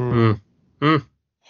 Hı. Hı.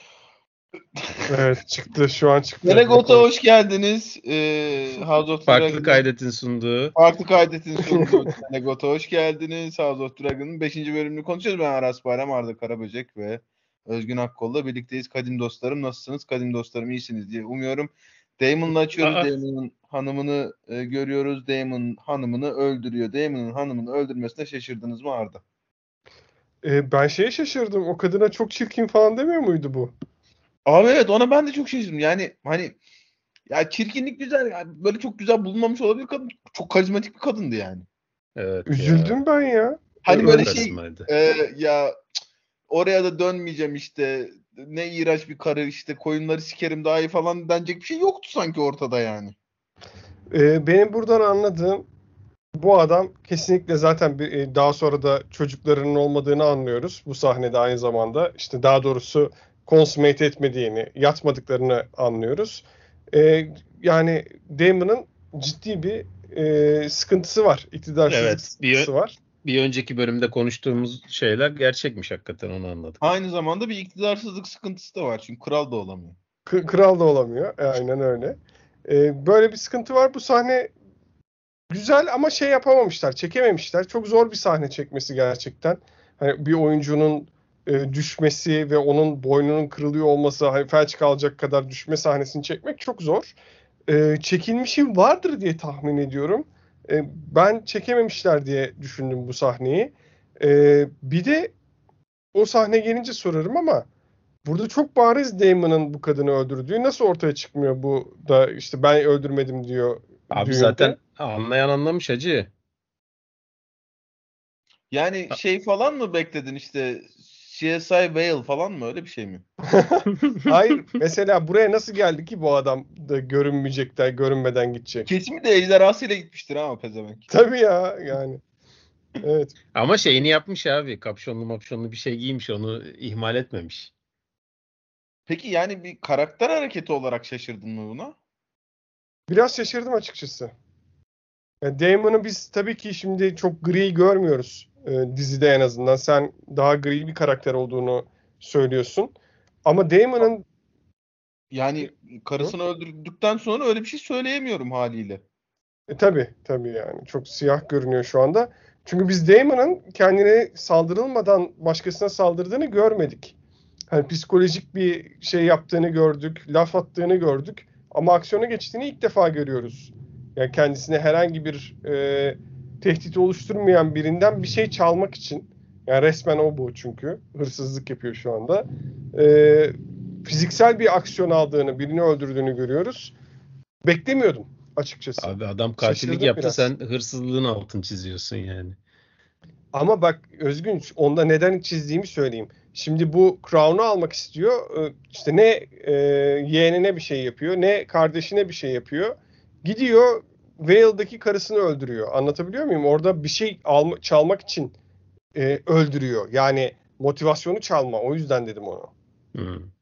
Evet çıktı. Şu an çıktı. Menegot'a hoş geldiniz. House of Farklı Dragon'ın kaydetin sunduğu. farklı kaydetin sunduğu Menegot'a hoş geldiniz. House of Dragon'ın 5. bölümünü konuşuyoruz. Ben Aras Bayram, Arda Karaböcek ve Özgün Akkol'la birlikteyiz. Kadim dostlarım nasılsınız? Kadim dostlarım iyisiniz diye umuyorum. Daemon'la açıyoruz. Daemon'un hanımını görüyoruz. Daemon hanımını öldürüyor. Daemon'un hanımını öldürmesine şaşırdınız mı Arda? Ben şeye şaşırdım. O kadına çok çirkin falan demiyor muydu bu? Abi evet, ona ben de çok şaşırdım. Yani hani ya çirkinlik güzel. Yani böyle çok güzel bulunmamış olabilir kadın. Çok karizmatik bir kadındı yani. Evet Üzüldüm ya. ben ya. Hani Çok böyle karizmaydı. ya oraya da dönmeyeceğim işte. Ne iğrenç bir karı işte, koyunları sikerim daha iyi falan denecek bir şey yoktu sanki ortada yani. Benim buradan anladığım bu adam kesinlikle zaten daha sonra da çocuklarının olmadığını anlıyoruz. Bu sahnede aynı zamanda işte daha doğrusu consummate etmediğini, yatmadıklarını anlıyoruz. Yani Damon'ın ciddi bir sıkıntısı var. İktidarsızlık Evet. sıkıntısı var. Bir önceki bölümde konuştuğumuz şeyler gerçekmiş, hakikaten onu anladık. Aynı zamanda bir iktidarsızlık sıkıntısı da var. Çünkü kral da olamıyor. Kral da olamıyor. Aynen öyle. Böyle bir sıkıntı var. Bu sahne güzel ama şey yapamamışlar, çekememişler. Çok zor bir sahne çekmesi gerçekten. Hani bir oyuncunun düşmesi ve onun boynunun kırılıyor olması, hani felç kalacak kadar düşme sahnesini çekmek çok zor. Çekilmişi vardır diye tahmin ediyorum. Ben çekememişler diye düşündüm bu sahneyi. Bir de o sahne gelince sorarım ama burada çok bariz Damon'ın bu kadını öldürdüğü nasıl ortaya çıkmıyor, bu da işte ben öldürmedim diyor Abi düğünde. zaten anlayan anlamış hacı. Yani şey falan mı bekledin işte, CSI Whale falan mı, öyle bir şey mi? Hayır. Mesela buraya nasıl geldi ki bu adam da görünmeyecekler, görünmeden gidecek? Kesimi de ejderhasıyla gitmiştir ama pezevenk. Tabii ya yani. Evet. Ama şeyini yapmış abi. Kapşonlu mapşonlu bir şey giymiş. Onu ihmal etmemiş. Peki yani bir karakter hareketi olarak şaşırdın mı buna? Biraz şaşırdım açıkçası. Yani Damon'ı biz tabii ki şimdi çok gri görmüyoruz dizide en azından. Sen daha gri bir karakter olduğunu söylüyorsun. Ama Damon'ın Yani Hı? karısını öldürdükten sonra öyle bir şey söyleyemiyorum haliyle. Tabii yani çok siyah görünüyor şu anda. Çünkü biz Damon'ın kendine saldırılmadan başkasına saldırdığını görmedik. Hani psikolojik bir şey yaptığını gördük, laf attığını gördük. Ama aksiyona geçtiğini ilk defa görüyoruz. Yani kendisine herhangi bir tehdit oluşturmayan birinden bir şey çalmak için. Yani resmen o bu çünkü. Hırsızlık yapıyor şu anda. E, Fiziksel bir aksiyon aldığını, birini öldürdüğünü görüyoruz. Beklemiyordum açıkçası. Abi adam katillik Şaşırdım yaptı. biraz. Sen hırsızlığın altını çiziyorsun yani. Ama bak Özgün, onda neden çizdiğimi söyleyeyim. Şimdi bu Crown'u almak istiyor. İşte ne yeğenine bir şey yapıyor, ne kardeşine bir şey yapıyor. Gidiyor Vale'daki karısını öldürüyor. Anlatabiliyor muyum? Orada bir şey çalmak için öldürüyor. Yani motivasyonu çalma. O yüzden dedim onu. Hmm.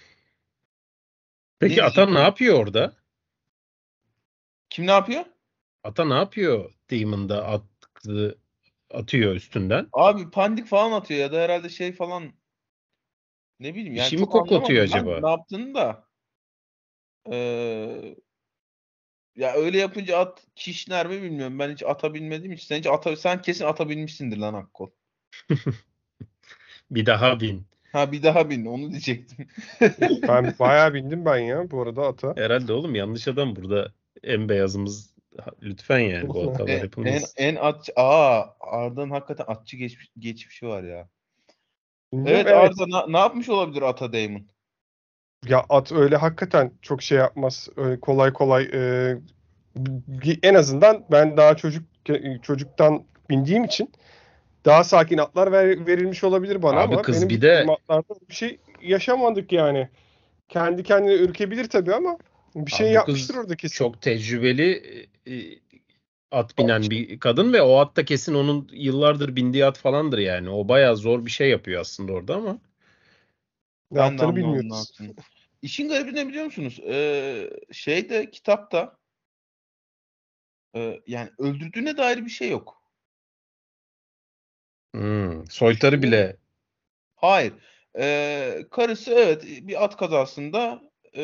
Ne Peki Ata ne diyecektim? yapıyor orada? Kim ne yapıyor? Ata ne yapıyor Demon'da atıyor üstünden? Abi pandik falan atıyor ya da herhalde şey falan, ne bileyim Bir yani şey mi çok koklatıyor anlamadım ben acaba? ne yaptığını da. Ee, Ya öyle yapınca at kişner mi bilmiyorum. Ben hiç ata binmediğim için. Sen kesin ata binmişsindir lan Akkol. Bir daha bin. Ha, bir daha bin, onu diyecektim. Ben bayağı bindim ben ya bu arada ata. Herhalde oğlum, yanlış adam burada. En beyazımız, lütfen yani bu hatalar yapılmaz. En at Arda'nın hakikaten atçı geçmişi var ya. Bindim, Evet evet. Arda, ne yapmış olabilir Ata Damon? Ya at öyle hakikaten çok şey yapmaz. Öyle kolay kolay en azından ben daha çocuktan bindiğim için daha sakin atlar verilmiş olabilir bana Abi ama kız benim bir bindiğim de atlarda bir şey yaşamadık yani. Kendi kendine ürkebilir tabii ama bir şey abi bu yapmıştır kız orada kesin. çok tecrübeli at binen bir kadın ve o at da kesin onun yıllardır bindiği at falandır yani. O bayağı zor bir şey yapıyor aslında orada ama. Ne Ben de yaptığını anlamadım ne bilmiyoruz. yaptığını. İşin garibi ne biliyor musunuz? Şeyde, kitapta yani öldürdüğüne dair bir şey yok. Soytarı Düşünün. bile Hayır. Karısı evet bir at kazasında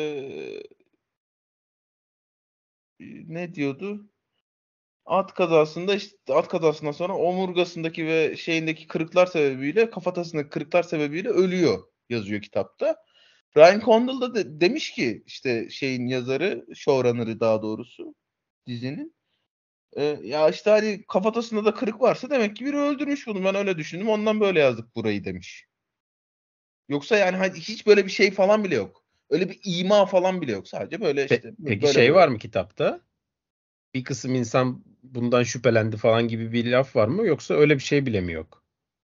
ne diyordu? At kazasından sonra omurgasındaki ve şeyindeki kırıklar sebebiyle, kafatasındaki kırıklar sebebiyle ölüyor yazıyor kitapta. Ryan Condal da demiş ki işte şeyin yazarı, showrunner'ı daha doğrusu dizinin. Ya işte hani kafatasında da kırık varsa demek ki biri öldürmüş bunu. Ben öyle düşündüm. Ondan böyle yazdık burayı demiş. Yoksa yani hani hiç böyle bir şey falan bile yok. Öyle bir ima falan bile yok. Sadece böyle işte Peki böyle şey böyle. var mı kitapta? Bir kısım insan bundan şüphelendi falan gibi bir laf var mı? Yoksa öyle bir şey bile mi yok?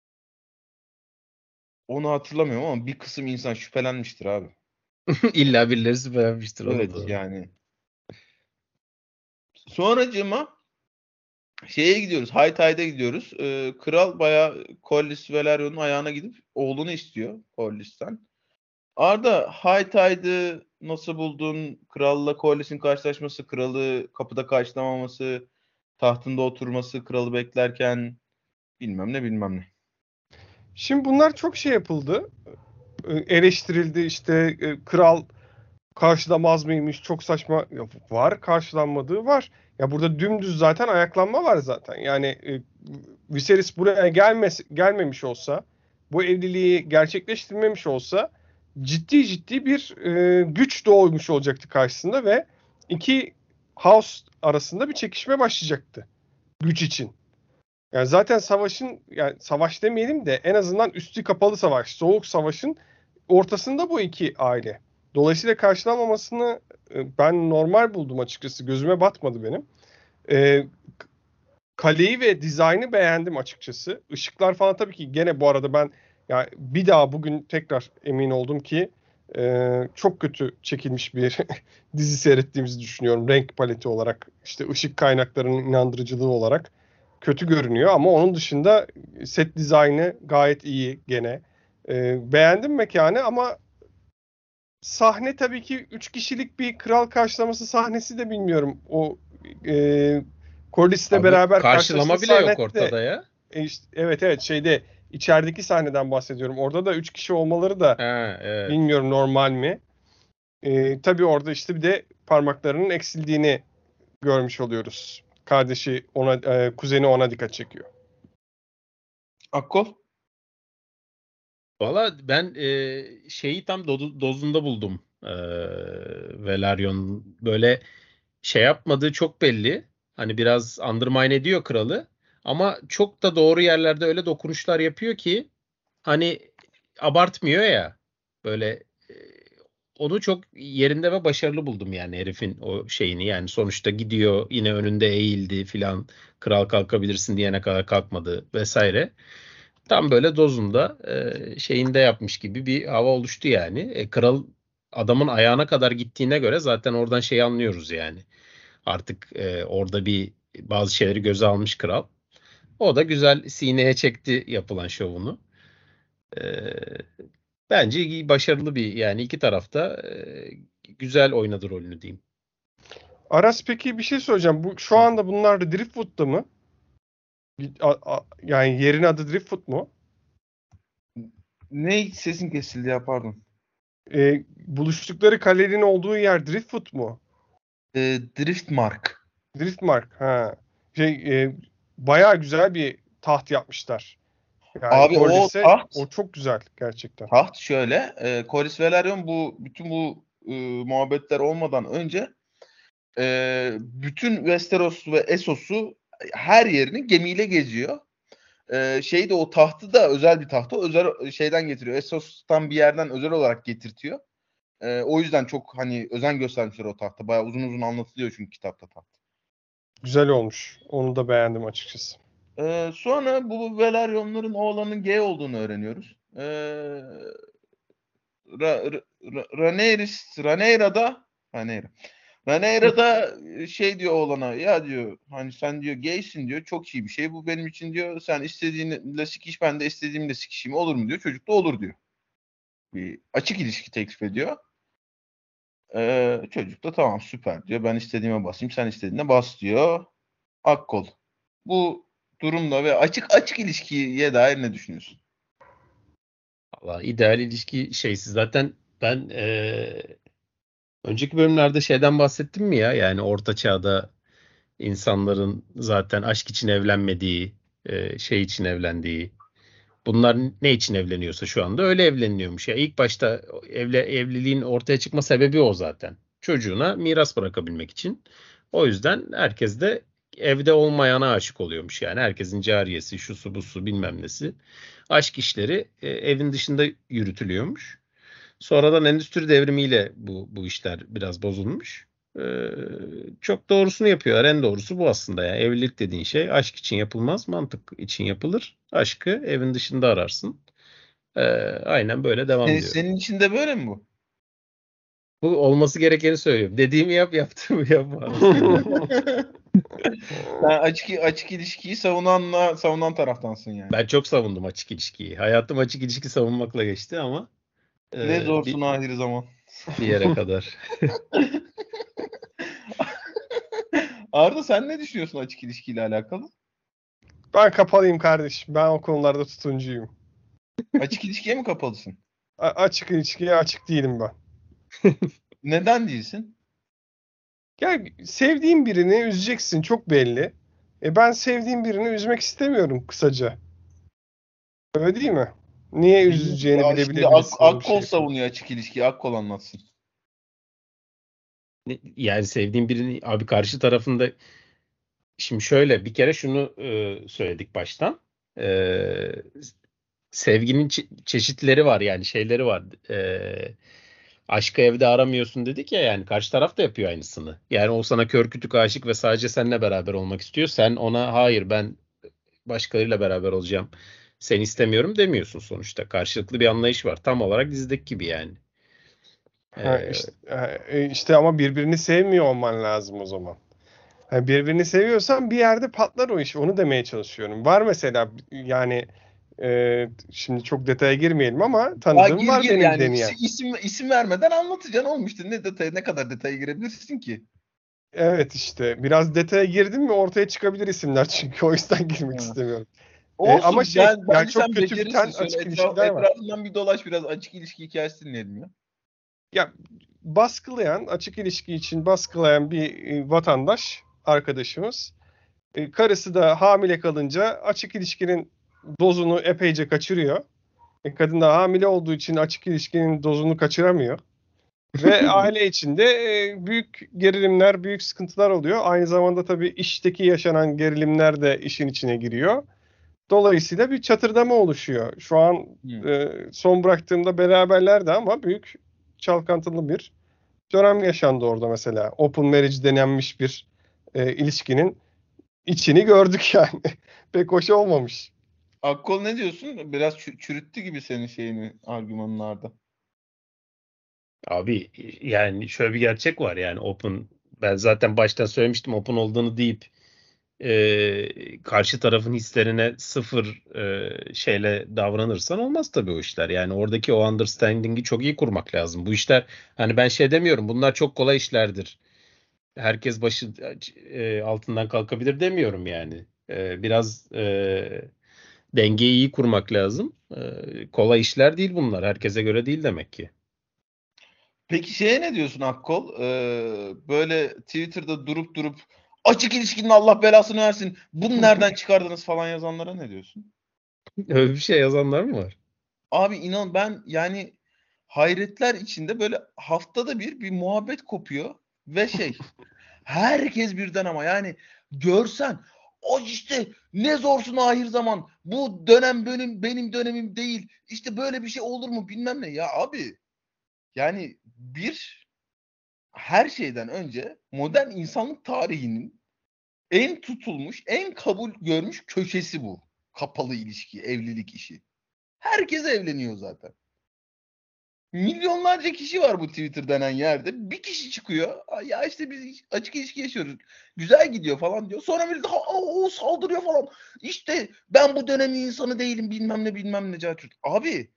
Onu hatırlamıyorum ama bir kısım insan şüphelenmiştir abi. İlla birileri şüphelenmiştir. O da Evet doğru. yani. Sonracığıma şeye gidiyoruz. High Tide'e gidiyoruz. Kral bayağı Corlys Velaryon'un ayağına gidip oğlunu istiyor Corlys'ten. Arda, High Tide'ı nasıl buldun? Kralla Corlys'in karşılaşması, kralı kapıda karşılamaması, tahtında oturması, kralı beklerken bilmem ne bilmem ne. Şimdi bunlar çok şey yapıldı. Eleştirildi işte kral karşılamaz mıymış? Çok saçma. Ya var, karşılanmadığı var. Ya burada dümdüz zaten ayaklanma var zaten. Yani Viserys buraya gelmemiş olsa, bu evliliği gerçekleştirmemiş olsa ciddi bir güç doğmuş olacaktı karşısında ve iki house arasında bir çekişme başlayacaktı güç için. Yani zaten yani savaş demeyelim de en azından üstü kapalı savaş, soğuk savaşın ortasında bu iki aile. Dolayısıyla karşılanmamasını ben normal buldum açıkçası. Gözüme batmadı benim. E, Kaleyi ve dizaynı beğendim açıkçası. Işıklar falan tabii ki gene bu arada ben yani bir daha bugün tekrar emin oldum ki çok kötü çekilmiş bir dizi seyrettiğimizi düşünüyorum. Renk paleti olarak, işte ışık kaynaklarının inandırıcılığı olarak kötü görünüyor ama onun dışında set dizaynı gayet iyi gene. Beğendim mekanı ama sahne tabii ki 3 kişilik bir kral karşılaması sahnesi de bilmiyorum. O e, Corlys'le Abi beraber karşılaştığı karşılama bile yok sahnede de ortada ya. evet şeyde içerideki sahneden bahsediyorum. Orada da 3 kişi olmaları da Ha, evet. bilmiyorum normal mi? Tabii orada işte bir de parmaklarının eksildiğini görmüş oluyoruz. Kardeşi kuzeni ona dikkat çekiyor. Akkol? Valla ben şeyi tam dozunda buldum. Velaryon böyle şey yapmadığı çok belli. Hani biraz undermine ediyor kralı. Ama çok da doğru yerlerde öyle dokunuşlar yapıyor ki hani abartmıyor ya. Böyle e, onu çok yerinde ve başarılı buldum yani herifin o şeyini. Yani sonuçta gidiyor yine önünde eğildi filan. Kral kalkabilirsin diyene kadar kalkmadı vesaire. Tam böyle dozunda şeyinde yapmış gibi bir hava oluştu yani. Kral adamın ayağına kadar gittiğine göre zaten oradan şeyi anlıyoruz yani. Artık orada bazı şeyleri göze almış kral. O da güzel sineye çekti yapılan şovunu. E, Bence başarılı bir yani iki tarafta güzel oynadı rolünü diyeyim. Aras peki bir şey söyleyeceğim. Şu anda bunlar Driftwood'da mı? Yani yerin adı Driftwood mu? Ne sesin kesildi ya pardon. Buluştukları kalenin olduğu yer Driftwood mu? Driftmark. Driftmark. Ha. Bayağı güzel bir taht yapmışlar. Yani Abi o Corlys'e taht o çok güzel gerçekten. şöyle. Corlys Velaryon bütün bu muhabbetler olmadan önce bütün Westeros ve Essos'u her yerini gemiyle geziyor. Şeyde o tahtı da özel bir tahtı. Özel şeyden getiriyor. Essos'tan bir yerden özel olarak getirtiyor. O yüzden çok hani özen göstermişler o tahta. Bayağı uzun uzun anlatılıyor çünkü kitapta taht. Güzel olmuş. Onu da beğendim açıkçası. Sonra bu Velaryonların oğlanın gay olduğunu öğreniyoruz. Rhaenyra şey diyor oğlana ya diyor hani sen diyor gaysin diyor çok iyi bir şey bu benim için diyor sen istediğinle sikiş ben de istediğimle sikişeyim olur mu diyor çocuk da olur diyor. Bir açık ilişki teklif ediyor. Çocuk da tamam süper diyor ben istediğime basayım sen istediğine bas diyor. Akkol. Bu durumda ve açık ilişkiye dair ne düşünüyorsun? Valla ideal ilişki şeysi zaten ben önceki bölümlerde şeyden bahsettim mi ya? Yani orta çağda insanların zaten aşk için evlenmediği, şey için evlendiği. Bunlar ne için evleniyorsa şu anda öyle evleniliyormuş. Ya ilk başta evliliğin ortaya çıkma sebebi o zaten. Çocuğuna miras bırakabilmek için. O yüzden herkes de evde olmayana aşık oluyormuş. Yani herkesin cariyesi, şusu busu bilmem nesi. Aşk işleri evin dışında yürütülüyormuş. Sonradan endüstri devrimiyle bu işler biraz bozulmuş. Çok doğrusunu yapıyorlar. En doğrusu bu aslında ya. Evlilik dediğin şey aşk için yapılmaz, mantık için yapılır. Aşkı evin dışında ararsın. Aynen böyle devam diyorum. Senin için de böyle mi bu? Bu olması gerekeni söylüyorum. Dediğimi yap, yaptığımı yapma. Sen açık ilişkiyi savunan taraftansın yani. Ben çok savundum açık ilişkiyi. Hayatım açık ilişki savunmakla geçti ama Ne zorsun bir ahir zaman. yere kadar. Arda sen ne düşünüyorsun açık ilişkiyle alakalı? Ben kapalıyım kardeşim. Ben o konularda tutuncuyum. Açık ilişkiye mi kapalısın? Açık ilişkiye açık değilim ben. Neden değilsin? Ya sevdiğin birini üzeceksin çok belli. Ben sevdiğim birini üzmek istemiyorum kısaca. Öyle değil mi? Niye üzeceğini bile Şimdi bilebilirsin bir Akkol şey. savunuyor açık ilişkiyi. Akkol anlatsın. Yani sevdiğim birini abi karşı tarafında şimdi şöyle bir kere şunu söyledik baştan. Sevginin çeşitleri var yani şeyleri var. Aşkı evde aramıyorsun dedik ya yani karşı taraf da yapıyor aynısını. Yani o sana kör kütük aşık ve sadece seninle beraber olmak istiyor. Sen ona hayır ben başkalarıyla beraber olacağım. Seni istemiyorum demiyorsun sonuçta. Karşılıklı bir anlayış var. Tam olarak dizideki gibi yani. Ha, işte ama birbirini sevmiyor olman lazım o zaman. Ha, birbirini seviyorsan bir yerde patlar o iş. Onu demeye çalışıyorum. Var mesela yani şimdi çok detaya girmeyelim ama tanıdığım var Gir benim yani deneyen. isim vermeden anlatacaksın olmuştu. Ne kadar detaya girebilirsin ki? Evet işte biraz detaya girdim mi ortaya çıkabilir isimler çünkü o yüzden girmek Ha. istemiyorum. Ama Olsun. yani Bence çok sen kötü becerirsin. biten Şöyle açık ilişkiler var. etrafından bir dolaş biraz açık ilişki hikayesi dinleyelim ya. Ya baskılayan, açık ilişki için baskılayan bir vatandaş arkadaşımız. Karısı da hamile kalınca açık ilişkinin dozunu epeyce kaçırıyor. Kadın da hamile olduğu için açık ilişkinin dozunu kaçıramıyor. Ve aile içinde büyük gerilimler, büyük sıkıntılar oluyor. Aynı zamanda tabii işteki yaşanan gerilimler de işin içine giriyor. Dolayısıyla bir çatırdama oluşuyor. Şu an son bıraktığımda beraberlerdi ama büyük çalkantılı bir dönem yaşandı orada mesela. Open marriage denenmiş bir ilişkinin içini gördük yani. Pek hoş olmamış. Akkol ne diyorsun? Biraz çürüttü gibi senin şeyini argümanlarda. Abi yani şöyle bir gerçek var yani open ben zaten baştan söylemiştim open olduğunu deyip karşı tarafın hislerine sıfır şeyle davranırsan olmaz tabii o işler. Yani oradaki o understanding'i çok iyi kurmak lazım. Bu işler hani ben şey demiyorum bunlar çok kolay işlerdir. Herkes başı altından kalkabilir demiyorum yani. Biraz dengeyi iyi kurmak lazım. Kolay işler değil bunlar. Herkese göre değil demek ki. Peki şeye ne diyorsun Akkol? Böyle Twitter'da durup açık ilişkinin Allah belasını versin. Bunu nereden çıkardınız falan yazanlara ne diyorsun? Öyle bir şey yazanlar mı var? Abi inan ben yani hayretler içinde böyle haftada bir muhabbet kopuyor ve herkes birden ama yani görsen o işte ne zorsun ahir zaman bu dönem benim dönemim değil işte böyle bir şey olur mu bilmem ne ya abi yani her şeyden önce modern insanlık tarihinin en tutulmuş en kabul görmüş köşesi bu kapalı ilişki evlilik işi herkes evleniyor zaten. Milyonlarca kişi var bu Twitter denen yerde. Bir kişi çıkıyor. Ya işte biz açık ilişki yaşıyoruz. Güzel gidiyor falan diyor. Sonra millet o saldırıyor falan. İşte ben bu dönemin insanı değilim bilmem ne cahçurt. Abi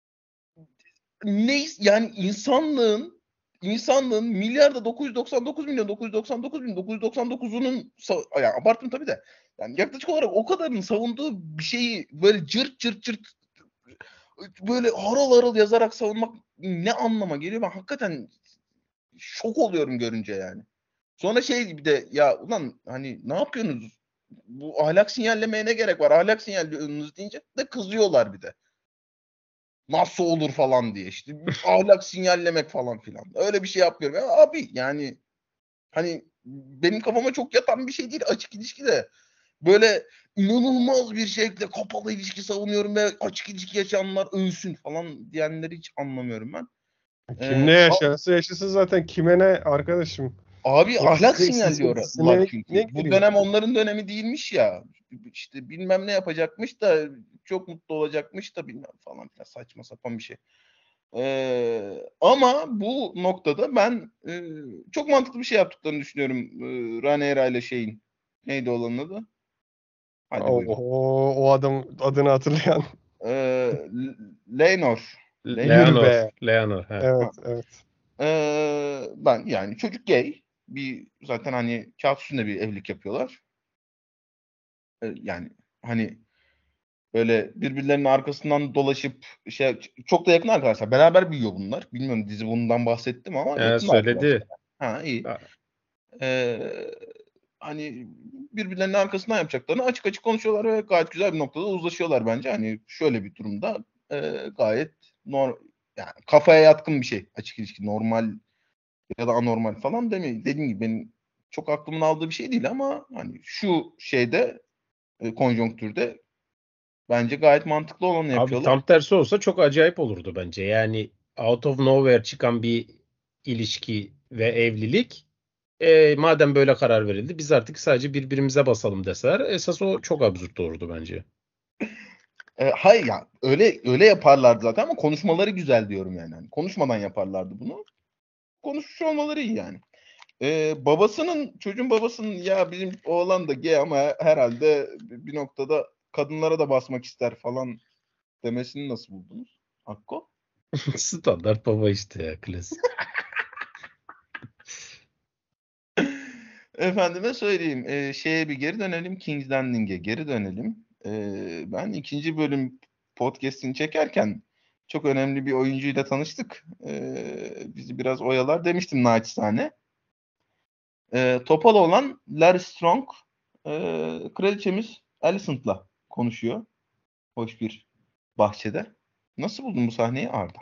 yani insanlığın milyarda 999 milyon 999 bin 999'unun yani abarttım tabii de yani yaklaşık olarak o kadarının savunduğu bir şeyi böyle cırt cırt cırt böyle harıl harıl yazarak savunmak ne anlama geliyor? Ben hakikaten şok oluyorum görünce yani. Sonra şey gibi de ya ulan hani ne yapıyorsunuz? Bu ahlak sinyallemeye ne gerek var? Ahlak sinyalliyorsunuz deyince de kızıyorlar bir de. Nasıl olur falan diye işte ahlak sinyallemek falan filan. Öyle bir şey yapmıyorum. Ya abi yani hani benim kafama çok yatan bir şey değil açık ilişki de. Böyle inanılmaz bir şekilde kapalı ilişki savunuyorum ve açık ilişki yaşayanlar ölsün falan diyenleri hiç anlamıyorum ben. Kim ne yaşarsa yaşasın zaten, kime ne arkadaşım. Abi O ahlak sizin sinyalliyorlar ne çünkü. Bu giriyor? dönem onların dönemi değilmiş ya. İşte bilmem ne yapacakmış da çok mutlu olacakmış da bilmem falan filan saçma sapan bir şey. Ama bu noktada ben çok mantıklı bir şey yaptıklarını düşünüyorum. Rhaenyra ile şeyin. Neydi olanın adı? Hadi buyurun. O adam adını hatırlayan. Laenor. Yürü be. Leonor. He. Evet, evet. Ben yani çocuk gay. Bir zaten hani kağıt üstünde bir evlilik yapıyorlar. Yani hani böyle birbirlerinin arkasından dolaşıp şey çok da yakın arkadaşlar. Beraber büyüyor bunlar. Bilmiyorum dizi bundan bahsetti mi ama yakın arkadaşlar. Söyledi. Ha iyi. Ha, Hani birbirlerinin arkasından yapacaklarını açık açık konuşuyorlar ve gayet güzel bir noktada uzlaşıyorlar bence. Hani şöyle bir durumda gayet yani kafaya yatkın bir şey açık ilişki. Normal ya da anormal falan demeyin. Dediğim gibi benim çok aklımın aldığı bir şey değil ama hani şu şeyde konjonktürde bence gayet mantıklı olanı Abi yapıyorlar. tam tersi olsa çok acayip olurdu bence. Yani out of nowhere çıkan bir ilişki ve evlilik. Madem böyle karar verildi biz artık sadece birbirimize basalım deseler esas o çok absürt olurdu bence. Hayır ya öyle yaparlardı zaten ama konuşmaları güzel diyorum yani. Hani konuşmadan yaparlardı bunu. Konuşmuş olmaları iyi yani. Çocuğun babasının ya bizim oğlan da gay ama herhalde bir noktada kadınlara da basmak ister falan demesini nasıl buldunuz? Hakko? Standart baba işte ya, klasik. Efendime söyleyeyim. Şeye bir geri dönelim. King's Landing'e geri dönelim. Ben ikinci bölüm podcast'ini çekerken çok önemli bir oyuncuyla tanıştık. Bizi biraz oyalar demiştim naçizane. Topal olan Larry Strong kraliçemiz Alicent'la konuşuyor. Hoş bir bahçede. Nasıl buldun bu sahneyi Arda?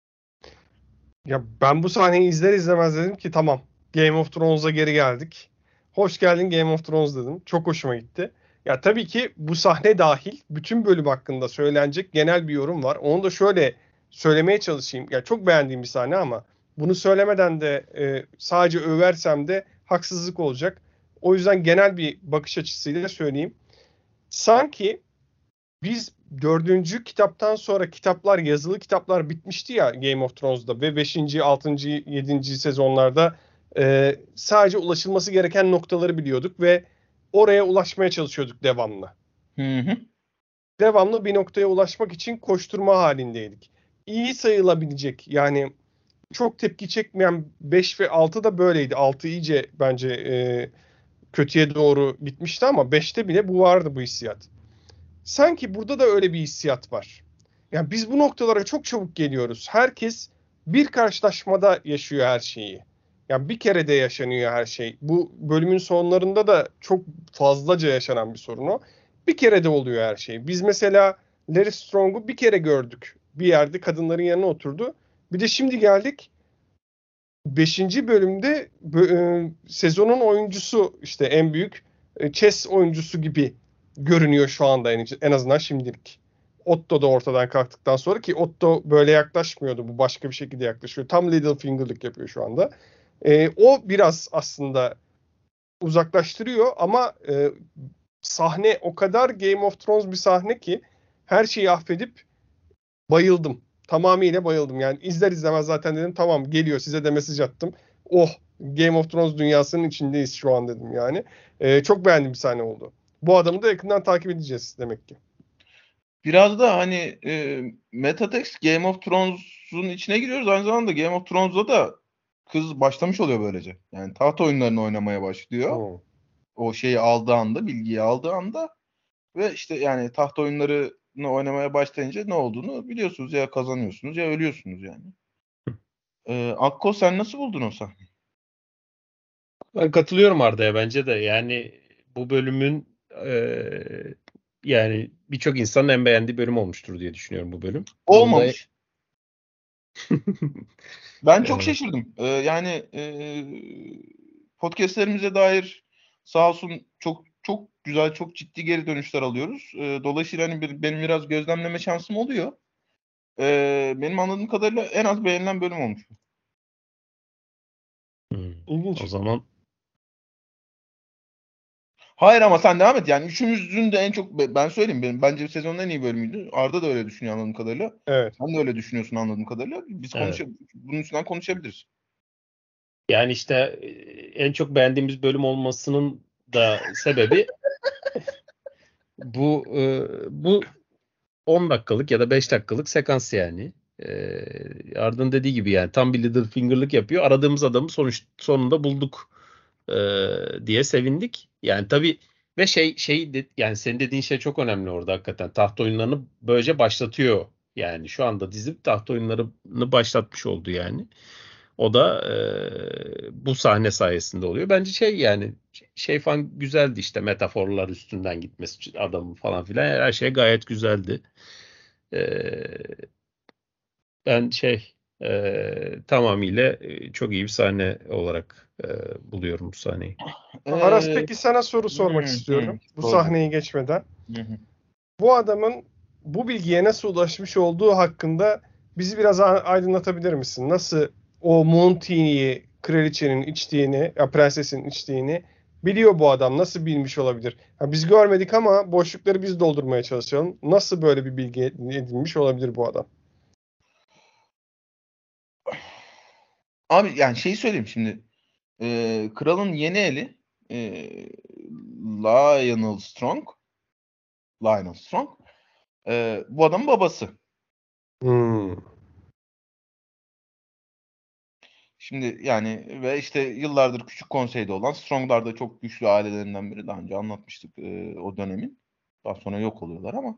Ya ben bu sahneyi izler izlemez dedim ki tamam, Game of Thrones'a geri geldik. Hoş geldin Game of Thrones dedim. Çok hoşuma gitti. Ya tabii ki bu sahne dahil bütün bölüm hakkında söylenecek genel bir yorum var. Onu da şöyle söylemeye çalışayım. Ya çok beğendiğim bir sahne ama bunu söylemeden de sadece översem de haksızlık olacak. O yüzden genel bir bakış açısıyla söyleyeyim. Sanki biz dördüncü kitaptan sonra kitaplar, yazılı kitaplar bitmişti ya Game of Thrones'da ve 5. 6. 7. sezonlarda sadece ulaşılması gereken noktaları biliyorduk ve oraya ulaşmaya çalışıyorduk devamlı. Hı hı. Devamlı bir noktaya ulaşmak için koşturma halindeydik. İyi sayılabilecek, yani çok tepki çekmeyen 5 ve 6 da böyleydi. 6 iyice bence kötüye doğru gitmişti ama 5'te bile bu vardı, bu hissiyat. Sanki burada da öyle bir hissiyat var. Yani biz bu noktalara çok çabuk geliyoruz. Herkes bir karşılaşmada yaşıyor her şeyi. Yani bir kerede yaşanıyor her şey. Bu bölümün sonlarında da çok fazlaca yaşanan bir sorun o. Bir kerede oluyor her şey. Biz mesela Larry Strong'u bir kere gördük. Bir yerde kadınların yanına oturdu. Bir de şimdi geldik. 5. bölümde sezonun oyuncusu, işte en büyük chess oyuncusu gibi görünüyor şu anda, en azından şimdilik. Otto da ortadan kalktıktan sonra, ki Otto böyle yaklaşmıyordu. Bu başka bir şekilde yaklaşıyor. Tam Littlefinger'lık yapıyor şu anda. O biraz aslında uzaklaştırıyor ama sahne o kadar Game of Thrones bir sahne ki her şeyi affedip bayıldım. Tamamıyla bayıldım. Yani izler izlemez zaten dedim tamam, geliyor, size de mesaj attım. Oh, Game of Thrones dünyasının içindeyiz şu an dedim yani. Çok beğendiğim bir sahne oldu. Bu adamı da yakından takip edeceğiz demek ki. Biraz da hani Metatext Game of Thrones'un içine giriyoruz. Aynı zamanda Game of Thrones'da da kız başlamış oluyor böylece. Yani taht oyunlarını oynamaya başlıyor. Hmm. O şeyi aldığı anda, bilgiyi aldığı anda ve işte yani taht oyunları oynamaya başlayınca ne olduğunu biliyorsunuz. Ya kazanıyorsunuz ya ölüyorsunuz yani. Akko sen nasıl buldun o sahneyi? Ben katılıyorum Arda'ya bence de. Yani bu bölümün yani birçok insanın en beğendiği bölüm olmuştur diye düşünüyorum bu bölüm. Bunun da Olmamış. Ben çok Evet. şaşırdım. Yani podcastlerimize dair sağ olsun çok çok güzel, çok ciddi geri dönüşler alıyoruz. Dolayısıyla hani benim biraz gözlemleme şansım oluyor. Benim anladığım kadarıyla en az beğenilen bölüm olmuş. İlginç. O zaman Hayır ama sen devam et. Yani üçümüzün de en çok ben söyleyeyim bence sezonun en iyi bölümüydü. Arda da öyle düşünüyor anladığım kadarıyla. Evet. Sen de öyle düşünüyorsun anladığım kadarıyla. Biz evet. bunun üstünden konuşabiliriz. Yani işte en çok beğendiğimiz bölüm olmasının da sebebi bu 10 dakikalık ya da 5 dakikalık sekans yani. Arda'nın dediği gibi yani tam bir Littlefinger'lık yapıyor. Aradığımız adamı sonunda bulduk diye sevindik. Yani tabii ve yani senin dediğin şey çok önemli orada hakikaten. Taht oyunlarını böylece başlatıyor. Yani şu anda dizip taht oyunlarını başlatmış oldu yani. O da bu sahne sayesinde oluyor. Bence yani şey falan güzeldi işte metaforlar üstünden gitmesi adamın falan filan her şey gayet güzeldi. Ee, ben tamamıyla çok iyi bir sahne olarak buluyorum bu sahneyi. Aras peki sana soru sormak istiyorum. Bu Sor sahneyi bakalım. geçmeden. Hı. Bu adamın bu bilgiye nasıl ulaşmış olduğu hakkında bizi biraz aydınlatabilir misin? Nasıl o Monty'yi kraliçenin içtiğini, ya prensesin içtiğini biliyor bu adam? Nasıl bilmiş olabilir? Ya biz görmedik ama boşlukları biz doldurmaya çalışalım. Nasıl böyle bir bilgi edinmiş olabilir bu adam? Abi yani şeyi söyleyeyim şimdi. Kralın yeni eli Lionel Strong. Lionel Strong. Bu adamın babası. Hmm. Şimdi yani ve işte yıllardır küçük konseyde olan Strong'lar da çok güçlü ailelerinden biri. Daha önce anlatmıştık o dönemin. Daha sonra yok oluyorlar ama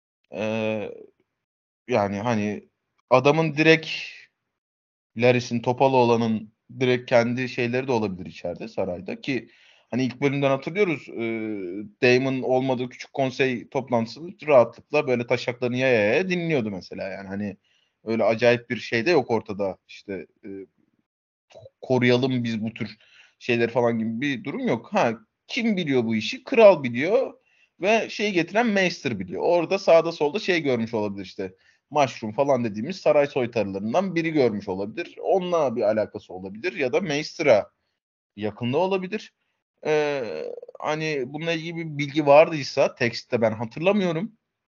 yani hani adamın direkt Larys'in Topaloğlan'ın direkt kendi şeyleri de olabilir içeride sarayda ki hani ilk bölümden hatırlıyoruz Daemon olmadığı küçük konsey toplantısını rahatlıkla böyle taşaklarını yaya dinliyordu mesela yani hani öyle acayip bir şey de yok ortada işte koruyalım biz bu tür şeyleri falan gibi bir durum yok. Ha kim biliyor bu işi? Kral biliyor ve şeyi getiren Maester biliyor. Orada sağda solda şey görmüş olabilir işte. Mushroom falan dediğimiz saray soytarılarından biri görmüş olabilir. Onunla bir alakası olabilir ya da Maester'a yakında olabilir. Hani bununla ilgili bir bilgi vardıysa tekste ben hatırlamıyorum.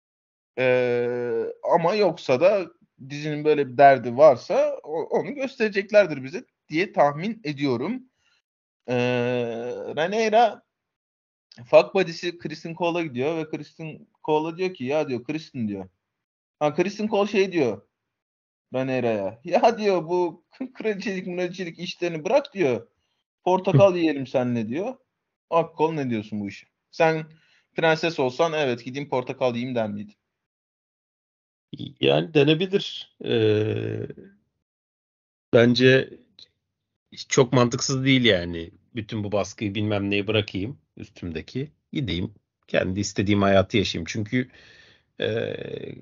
Ama yoksa da dizinin böyle bir derdi varsa onu göstereceklerdir bize diye tahmin ediyorum. Rhaenyra fuck buddy'si Kristen Cole'a gidiyor ve Kristen Cole'a diyor ki ya diyor Kristen diyor. Ha Kristen Cole şey diyor Rhaenyra'ya. Ya diyor bu kraliçelik işlerini bırak diyor. Portakal yiyelim seninle diyor. Akkol ne diyorsun bu işe? Sen prenses olsan evet gideyim portakal yiyeyim der miydin? Yani denebilir. Bence çok mantıksız değil yani. Bütün bu baskıyı bilmem neyi bırakayım üstümdeki. Gideyim kendi istediğim hayatı yaşayayım. Çünkü e,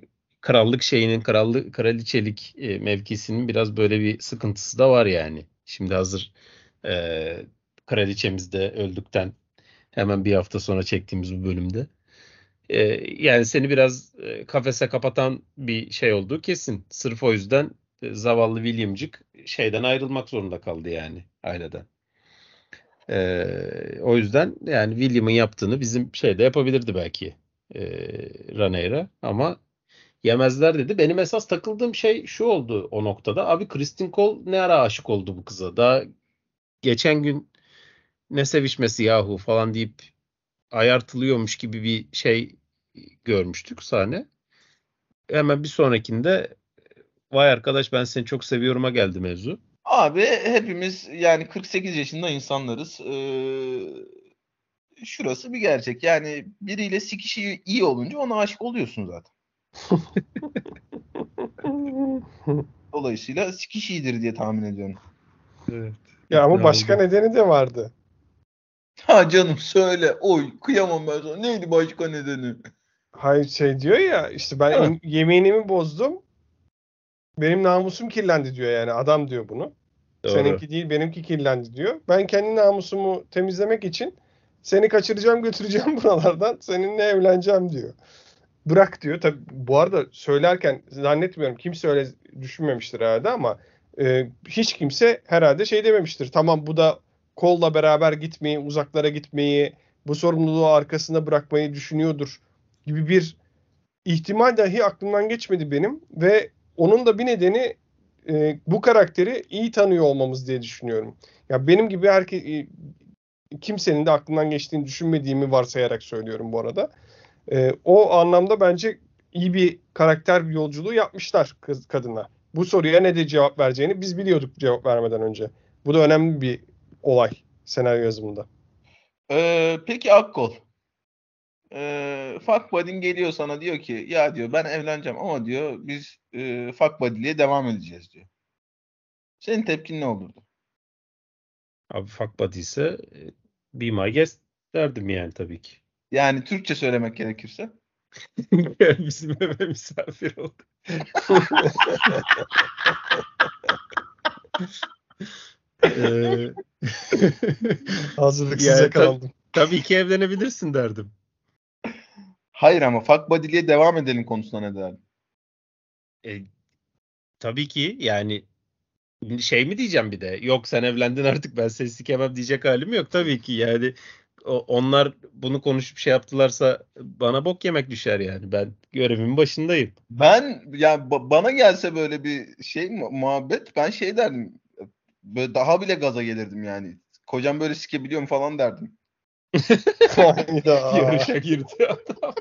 kraliçelik mevkisinin biraz böyle bir sıkıntısı da var yani. Şimdi hazır kraliçemiz de öldükten hemen bir hafta sonra çektiğimiz bu bölümde. E, yani seni biraz kafese kapatan bir şey olduğu kesin. Sırf o yüzden zavallı Williamcık şeyden ayrılmak zorunda kaldı yani aileden. O yüzden yani William'ın yaptığını bizim şeyde yapabilirdi belki Rhaenyra ama yemezler dedi. Benim esas takıldığım şey şu oldu o noktada. Abi Kristen Cole ne ara aşık oldu bu kıza? Daha geçen gün ne sevişmesi yahu falan deyip ayartılıyormuş gibi bir şey görmüştük sahne. Hemen bir sonrakinde vay arkadaş ben seni çok seviyorum'a geldi mevzu. Abi hepimiz yani 48 yaşında insanlarız. Şurası bir gerçek. Yani biriyle sikişi iyi olunca ona aşık oluyorsun zaten. Dolayısıyla sikiş iyidir diye tahmin ediyorum. Evet. Ya ama İkna başka oldum. nedeni de vardı. Ha canım söyle. Oy kıyamam ben sana. Neydi başka nedeni? Hayır şey diyor ya işte ben Ha. yeminimi bozdum. Benim namusum kirlendi diyor yani. Adam diyor bunu. Doğru. Seninki değil benimki kirlendi diyor. Ben kendi namusumu temizlemek için seni kaçıracağım götüreceğim buralardan. Seninle evleneceğim diyor. Bırak diyor. Tabi bu arada söylerken zannetmiyorum kimse öyle düşünmemiştir herhalde ama hiç kimse herhalde şey dememiştir. Tamam bu da kolla beraber gitmeyi, uzaklara gitmeyi, bu sorumluluğu arkasında bırakmayı düşünüyordur gibi bir ihtimal dahi aklımdan geçmedi benim ve onun da bir nedeni bu karakteri iyi tanıyor olmamız diye düşünüyorum. Ya benim gibi kimsenin de aklından geçtiğini düşünmediğimi varsayarak söylüyorum bu arada. O anlamda bence iyi bir karakter yolculuğu yapmışlar kadına. Bu soruya ne de cevap vereceğini biz biliyorduk cevap vermeden önce. Bu da önemli bir olay senaryo yazımında. Peki Akkol. Fuck buddy'in geliyor sana diyor ki ya diyor ben evleneceğim ama diyor biz fuck buddy'liğe devam edeceğiz diyor. Senin tepkin ne olurdu? Abi fuck buddy ise be my guest derdim yani tabii ki. Yani Türkçe söylemek gerekirse. Gel bizim eve misafir ol. Ee, Hazırlıksız yani yakalandım. tabii ki evlenebilirsin derdim. Hayır ama fuck buddy'liğe devam edelim konusuna ne derdim? Tabii ki yani şey mi diyeceğim bir de yok sen evlendin artık ben seni sikemem diyecek halim yok tabii ki yani onlar bunu konuşup şey yaptılarsa bana bok yemek düşer yani ben görevimin başındayım. Ben ya bana gelse böyle bir şey muhabbet ben şey derdim. Böyle daha bile gaza gelirdim yani. Kocam böyle sikebiliyor mu falan derdim. Hayda. Yarışa girdi adam.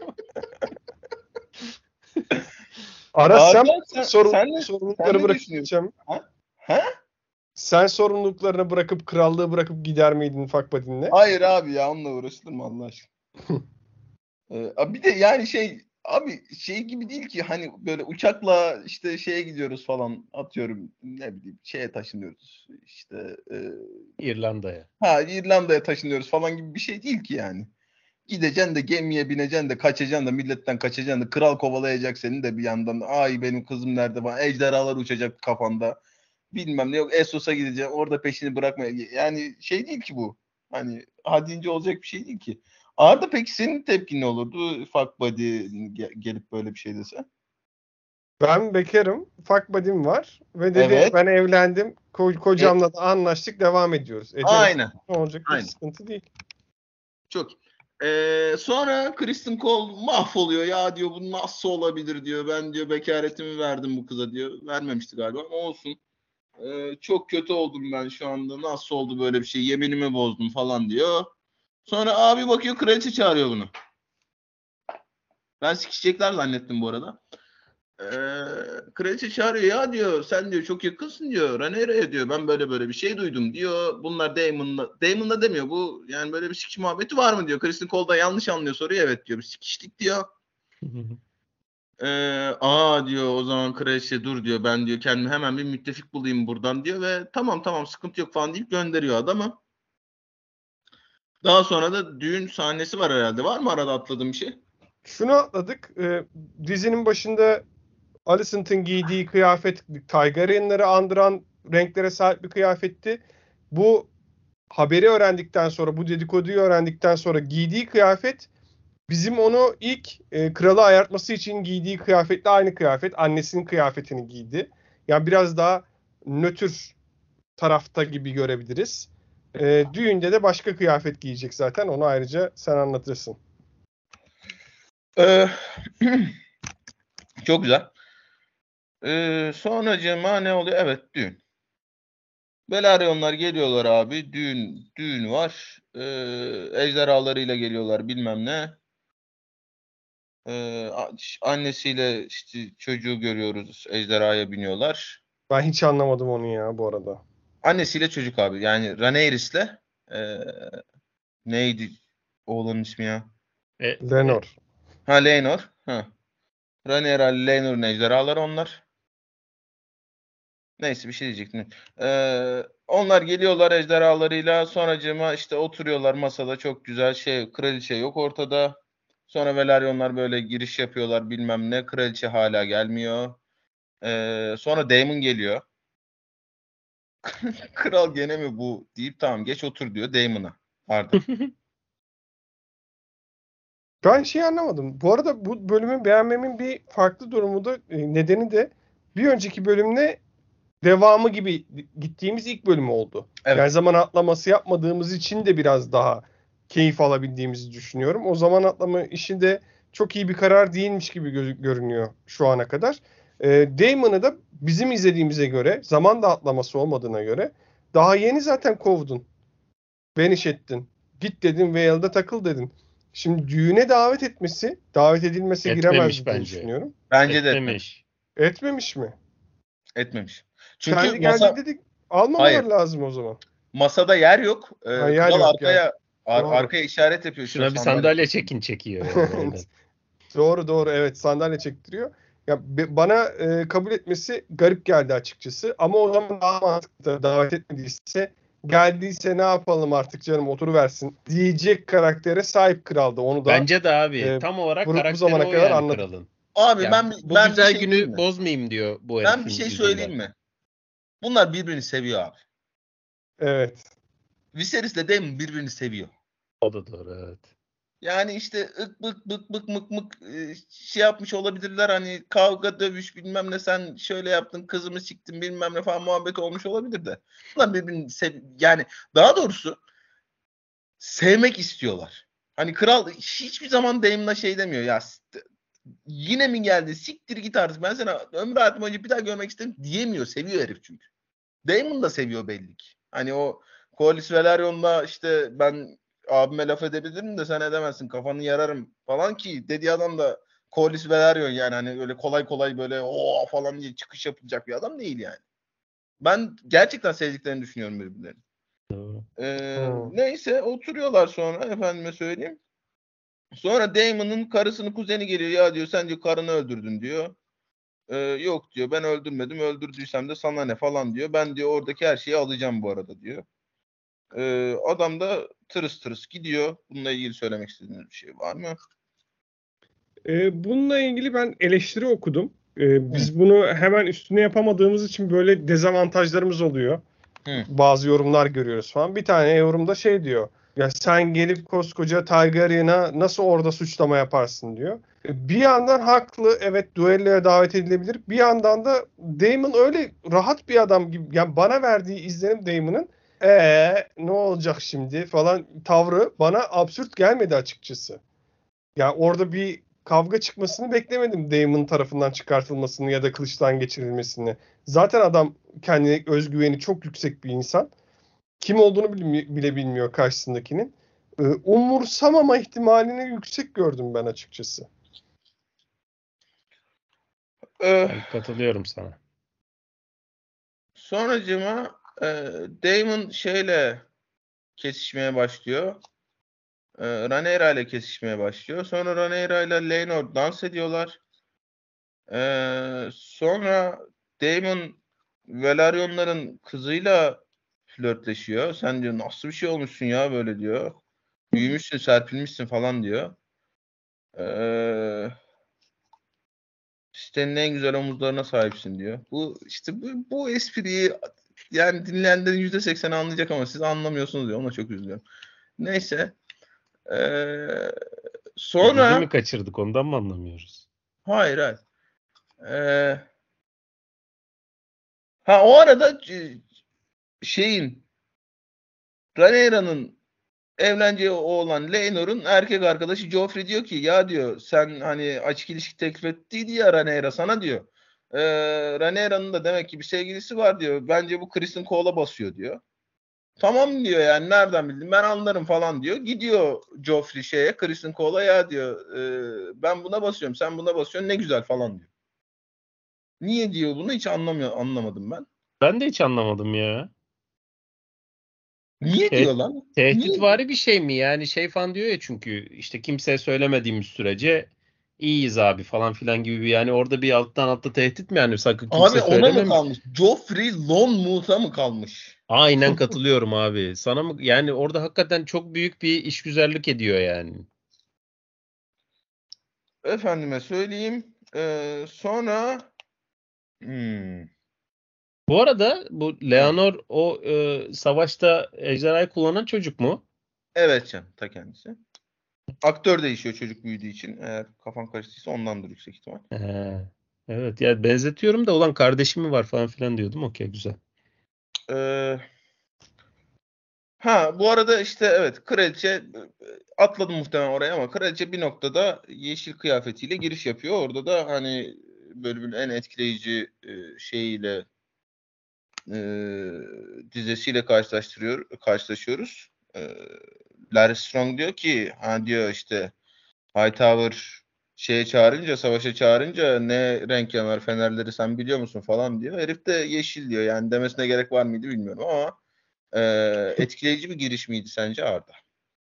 Aras Abi sen sen sorumlulukları ne bırakıp düşünüyorsun? gideceğim. Ha? Ha? Sen sorumluluklarını bırakıp krallığı bırakıp gider miydin Fakbadin'le? Hayır abi ya onunla uğraşılır mı Allah aşkına? Bir de yani abi şey gibi değil ki hani böyle uçakla işte şeye gidiyoruz falan atıyorum ne bileyim şeye taşınıyoruz işte İrlanda'ya. İrlanda'ya taşınıyoruz falan gibi bir şey değil ki yani. Gideceksin de gemiye bineceksin de kaçacaksın da milletten kaçacaksın da kral kovalayacak seni de bir yandan. Ay benim kızım nerede falan. Ejderhalar uçacak kafanda. Bilmem ne yok Essos'a gideceksin orada peşini bırakma. Yani şey değil ki bu. Hani hadince olacak bir şey değil ki. Arda peki senin tepkin ne olurdu? Fuck buddy gelip böyle bir şey dese. Ben bekarım. Fakbadim var. Ve dedi Evet. ben evlendim. Kocamla da anlaştık. Devam ediyoruz. Ederiz. Aynen. Ne olacak bir Aynen. sıkıntı değil. Çok. Sonra Kristen Cole mahvoluyor. Ya diyor bu nasıl olabilir diyor. Ben diyor bekaretimi verdim bu kıza diyor. Vermemişti galiba ama olsun. Çok kötü oldum ben şu anda. Nasıl oldu böyle bir şey? Yeminimi bozdum falan diyor. Sonra abi bakıyor kraliçe çağırıyor bunu. Ben sikişecekler zannettim bu arada. Kraliçe çağırıyor ya diyor. Sen diyor çok yakınsın diyor. Rhaenyra'ya diyor. Ben böyle bir şey duydum diyor. Bunlar Daemon'la demiyor. Bu yani böyle bir sikiş muhabbeti var mı diyor. Kristen Cole da yanlış anlıyor soruyor. Evet diyor. Bir sikiştik diyor. Diyor o zaman kraliçe dur diyor. Ben diyor kendime hemen bir müttefik bulayım buradan diyor ve tamam sıkıntı yok falan deyip gönderiyor adamı. Daha sonra da düğün sahnesi var herhalde. Var mı arada atladığım bir şey? Şunu atladık. Dizinin başında Alicent'ın giydiği kıyafet Targaryenları andıran renklere sahip bir kıyafetti. Bu haberi öğrendikten sonra, bu dedikoduyu öğrendikten sonra giydiği kıyafet bizim onu ilk kralı ayartması için giydiği kıyafetle aynı kıyafet. Annesinin kıyafetini giydi. Yani biraz daha nötr tarafta gibi görebiliriz. Düğünde de başka kıyafet giyecek zaten. Onu ayrıca sen anlatırsın. Çok güzel. Sonracığıma ne oluyor? Evet düğün. Belaryonlar geliyorlar abi. Düğün var. Ejderhalarıyla geliyorlar bilmem ne. Annesiyle işte çocuğu görüyoruz. Ejderhaya biniyorlar. Ben hiç anlamadım onu ya bu arada. Annesiyle çocuk abi. Yani Rhaenyra's neydi oğlanın ismi ya? Lenor. Laenor. Rhaenyra, Laenor'un ejderhaları onlar. Neyse bir şey diyecektim. Onlar geliyorlar ejderhalarıyla. Sonracığıma işte oturuyorlar masada çok güzel kraliçe yok ortada. Sonra Velaryonlar böyle giriş yapıyorlar bilmem ne. Kraliçe hala gelmiyor. Sonra Daemon geliyor. Kral gene mi bu deyip tamam geç otur diyor Daemon'a. Arda. Ben şey anlamadım. Bu arada bu bölümü beğenmemin bir farklı durumu da nedeni de bir önceki bölümle devamı gibi gittiğimiz ilk bölüm oldu. Evet. Yani zaman atlaması yapmadığımız için de biraz daha keyif alabildiğimizi düşünüyorum. O zaman atlama işi de çok iyi bir karar değilmiş gibi görünüyor şu ana kadar. Daemon'ı da bizim izlediğimize göre zaman da atlaması olmadığına göre daha yeni zaten kovdun. Banish ettin. Git dedin Vale'da takıl dedin. Şimdi düğüne davet edilmese Etmemiş giremezdi diye bence. düşünüyorum. Bence de etmemiş. Etmemiş mi? Etmemiş. Çünkü Kendi geldi dedik. Almamaları Hayır. lazım o zaman. Masada yer yok. Yer Kral yok, yer. Doğru. arkaya işaret yapıyor. Şuna bir sandalye çekiyor yani. Aynen. Doğru evet sandalye çektiriyor. Ya bana kabul etmesi garip geldi açıkçası. Ama o zaman daha mantıklı davet etmediyse geldiyse ne yapalım artık canım oturuversin diyecek karaktere sahip kraldı. Onu da Bence de abi tam olarak bu karakteri zamana o kadar yani anladım. kralın. Abi Ya, ben bu bir güzel şey diyeyim günü mi? bozmayayım diyor bu Ben herifin bir şey yüzünden. söyleyeyim mi? Bunlar birbirini seviyor abi. Evet. Viserys'le Daemon birbirini seviyor. O da doğru evet. Yani işte bık mık şey yapmış olabilirler hani kavga dövüş bilmem ne sen şöyle yaptın kızımı siktin bilmem ne falan muhabbet olmuş olabilir de. Bunlar birbirini yani daha doğrusu sevmek istiyorlar. Hani kral hiçbir zaman Daemon'a şey demiyor ya yine mi geldi siktir git artık ben sana ömrü hayatım boyunca bir daha görmek istedim diyemiyor. Seviyor herif çünkü. Daemon da seviyor belli ki. Hani o Corlys Velaryon'la işte ben abime laf edebilirim de sen edemezsin kafanı yararım falan ki dediği adam da Corlys Velaryon yani hani öyle kolay kolay böyle o falan diye çıkış yapılacak bir adam değil yani. Ben gerçekten sevdiklerini düşünüyorum birbirlerini. Neyse oturuyorlar sonra efendime söyleyeyim. Sonra Daemon'un karısının kuzeni geliyor ya diyor sen diyor karını öldürdün diyor. Yok diyor ben öldürmedim öldürdüysem de sana ne falan diyor. Ben diyor oradaki her şeyi alacağım bu arada diyor. Adam da tırıs gidiyor. Bununla ilgili söylemek istediğiniz bir şey var mı? Bununla ilgili ben eleştiri okudum. Biz bunu hemen üstüne yapamadığımız için böyle dezavantajlarımız oluyor. Bazı yorumlar görüyoruz falan. Bir tane yorumda şey diyor. Ya sen gelip koskoca Targaryen'a nasıl orada suçlama yaparsın diyor. Bir yandan haklı. Evet düelloya davet edilebilir. Bir yandan da Daemon öyle rahat bir adam gibi. Yani bana verdiği izlenim Daemon'ın ne olacak şimdi falan tavrı bana absürt gelmedi açıkçası. Ya orada bir kavga çıkmasını beklemedim Daemon tarafından çıkartılmasını ya da kılıçtan geçirilmesini. Zaten adam kendine özgüveni çok yüksek bir insan. Kim olduğunu bile bilmiyor karşısındakinin. Umursamama ihtimalini yüksek gördüm ben açıkçası. Ben katılıyorum sana. Sonracığıma Daemon şeyle kesişmeye başlıyor. Rhaenyra ile kesişmeye başlıyor. Sonra Rhaenyra ile Laenor dans ediyorlar. Sonra Daemon Velaryonların kızıyla flörtleşiyor. Sen diyor nasıl bir şey olmuşsun ya böyle diyor. Büyümüşsün, serpilmişsin falan diyor. Sitenin en güzel omuzlarına sahipsin diyor. Bu espriyi yani dinleyenlerin %80'i anlayacak ama siz anlamıyorsunuz diyor. Ona çok üzülüyorum. Neyse. Sonra Dizi mi kaçırdık ondan mı anlamıyoruz? hayır. O arada Rhaenyra'nın evleneceği oğlan Laenor'un erkek arkadaşı Joffrey diyor ki ya diyor sen hani açık ilişki teklif ettiydi ya Rhaenyra sana diyor. Rhaenyra'nın da demek ki bir sevgilisi var diyor. Bence bu Criston Cole'a basıyor diyor. Tamam diyor yani nereden bildin ben anlarım falan diyor. Gidiyor Joffrey Criston Cole'a ya diyor ben buna basıyorum sen buna basıyorsun ne güzel falan diyor. Niye diyor bunu hiç anlamadım ben. Ben de hiç anlamadım ya. Niye diyor lan? Tehditvari bir şey mi? Yani şey falan diyor ya çünkü işte kimseye söylemediğimiz sürece iyiyiz abi falan filan gibi bir, yani orada bir alttan altta tehdit mi, yani sakın kimse Abi ona mı söylememiş. kalmış? Joffrey Lone Moon'a mı kalmış? Aynen katılıyorum abi. Sana mı, yani orada hakikaten çok büyük bir işgüzarlık ediyor yani. Efendime söyleyeyim. Sonra Bu arada bu Leonor o savaşta ejderhayı kullanan çocuk mu? evet Can, ta kendisi. Aktör değişiyor çocuk büyüdüğü için. Eğer kafan karıştıysa ondandır yüksek ihtimal. Evet ya, benzetiyorum da ulan kardeşim mi var falan filan diyordum. Okey, güzel. Bu arada işte evet, kraliçe atladım muhtemelen oraya ama kraliçe bir noktada yeşil kıyafetiyle giriş yapıyor. Orada da hani bölümün en etkileyici şeyiyle dizesiyle karşılaşıyoruz. Larry Strong diyor ki diyor işte Hightower savaşa çağırınca ne renk yanar fenerleri sen biliyor musun falan diyor. Herif de yeşil diyor. Yani demesine gerek var mıydı bilmiyorum ama etkileyici bir giriş miydi sence Arda?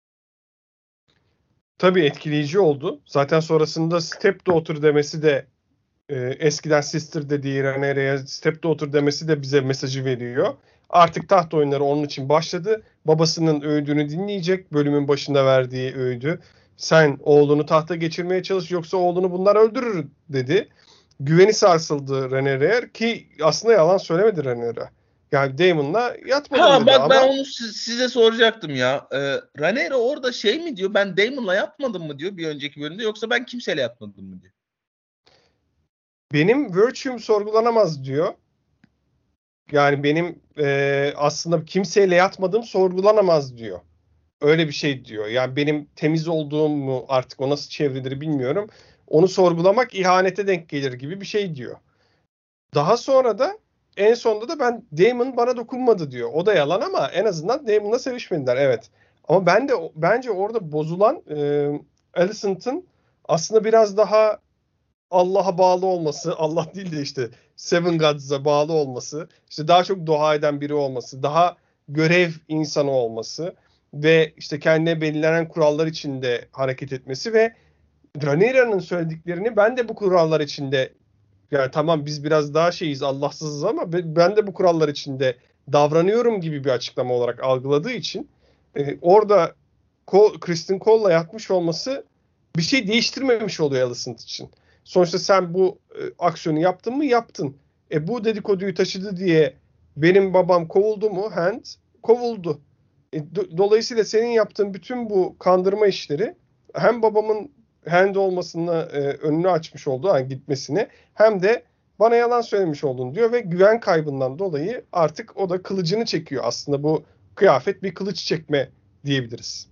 Tabii etkileyici oldu. Zaten sonrasında stepdaughter demesi de eskiden sister dediği Rhaenyra'ya stepdaughter demesi de bize mesajı veriyor. Artık taht oyunları onun için başladı. Babasının öğüdünü dinleyecek. Bölümün başında verdiği öğüdü. Sen oğlunu tahta geçirmeye çalış yoksa oğlunu bunlar öldürür dedi. Güveni sarsıldı Rhaenyra ki aslında yalan söylemedi Rhaenyra. Yani Daemon'la yatmadım dedi Bak ama ben onu size soracaktım ya. Rhaenyra orada şey mi diyor? Ben Daemon'la yatmadım mı diyor bir önceki bölümde, yoksa ben kimseyle yatmadım mı diyor. benim virtue'm sorgulanamaz diyor. Yani benim aslında kimseyle yatmadığım sorgulanamaz diyor. Öyle bir şey diyor. Yani benim temiz olduğumu, artık o nasıl çevrilir bilmiyorum, onu sorgulamak ihanete denk gelir gibi bir şey diyor. Daha sonra da en sonunda da Daemon bana dokunmadı diyor. O da yalan ama en azından Daemon'la sevişmediler. Evet. Ama bence orada bozulan Alicent'ın aslında biraz daha Allah'a bağlı olması, Allah değil de işte Seven Gods'a bağlı olması, işte daha çok dua eden biri olması, daha görev insanı olması ve işte kendine belirlenen kurallar içinde hareket etmesi ve Rhaenyra'nın söylediklerini ben de bu kurallar içinde, yani tamam biz biraz daha Allahsızız ama ben de bu kurallar içinde davranıyorum gibi bir açıklama olarak algıladığı için orada Kristen Cole'la yatmış olması bir şey değiştirmemiş oluyor Alicent için. Sonuçta sen bu aksiyonu yaptın mı? Yaptın. Bu dedikoduyu taşıdı diye benim babam kovuldu mu? Kovuldu. Dolayısıyla senin yaptığın bütün bu kandırma işleri hem babamın Hand olmasına önünü açmış oldu, yani gitmesini, hem de bana yalan söylemiş oldun diyor ve güven kaybından dolayı artık o da kılıcını çekiyor. Aslında bu kıyafet bir kılıç çekme diyebiliriz.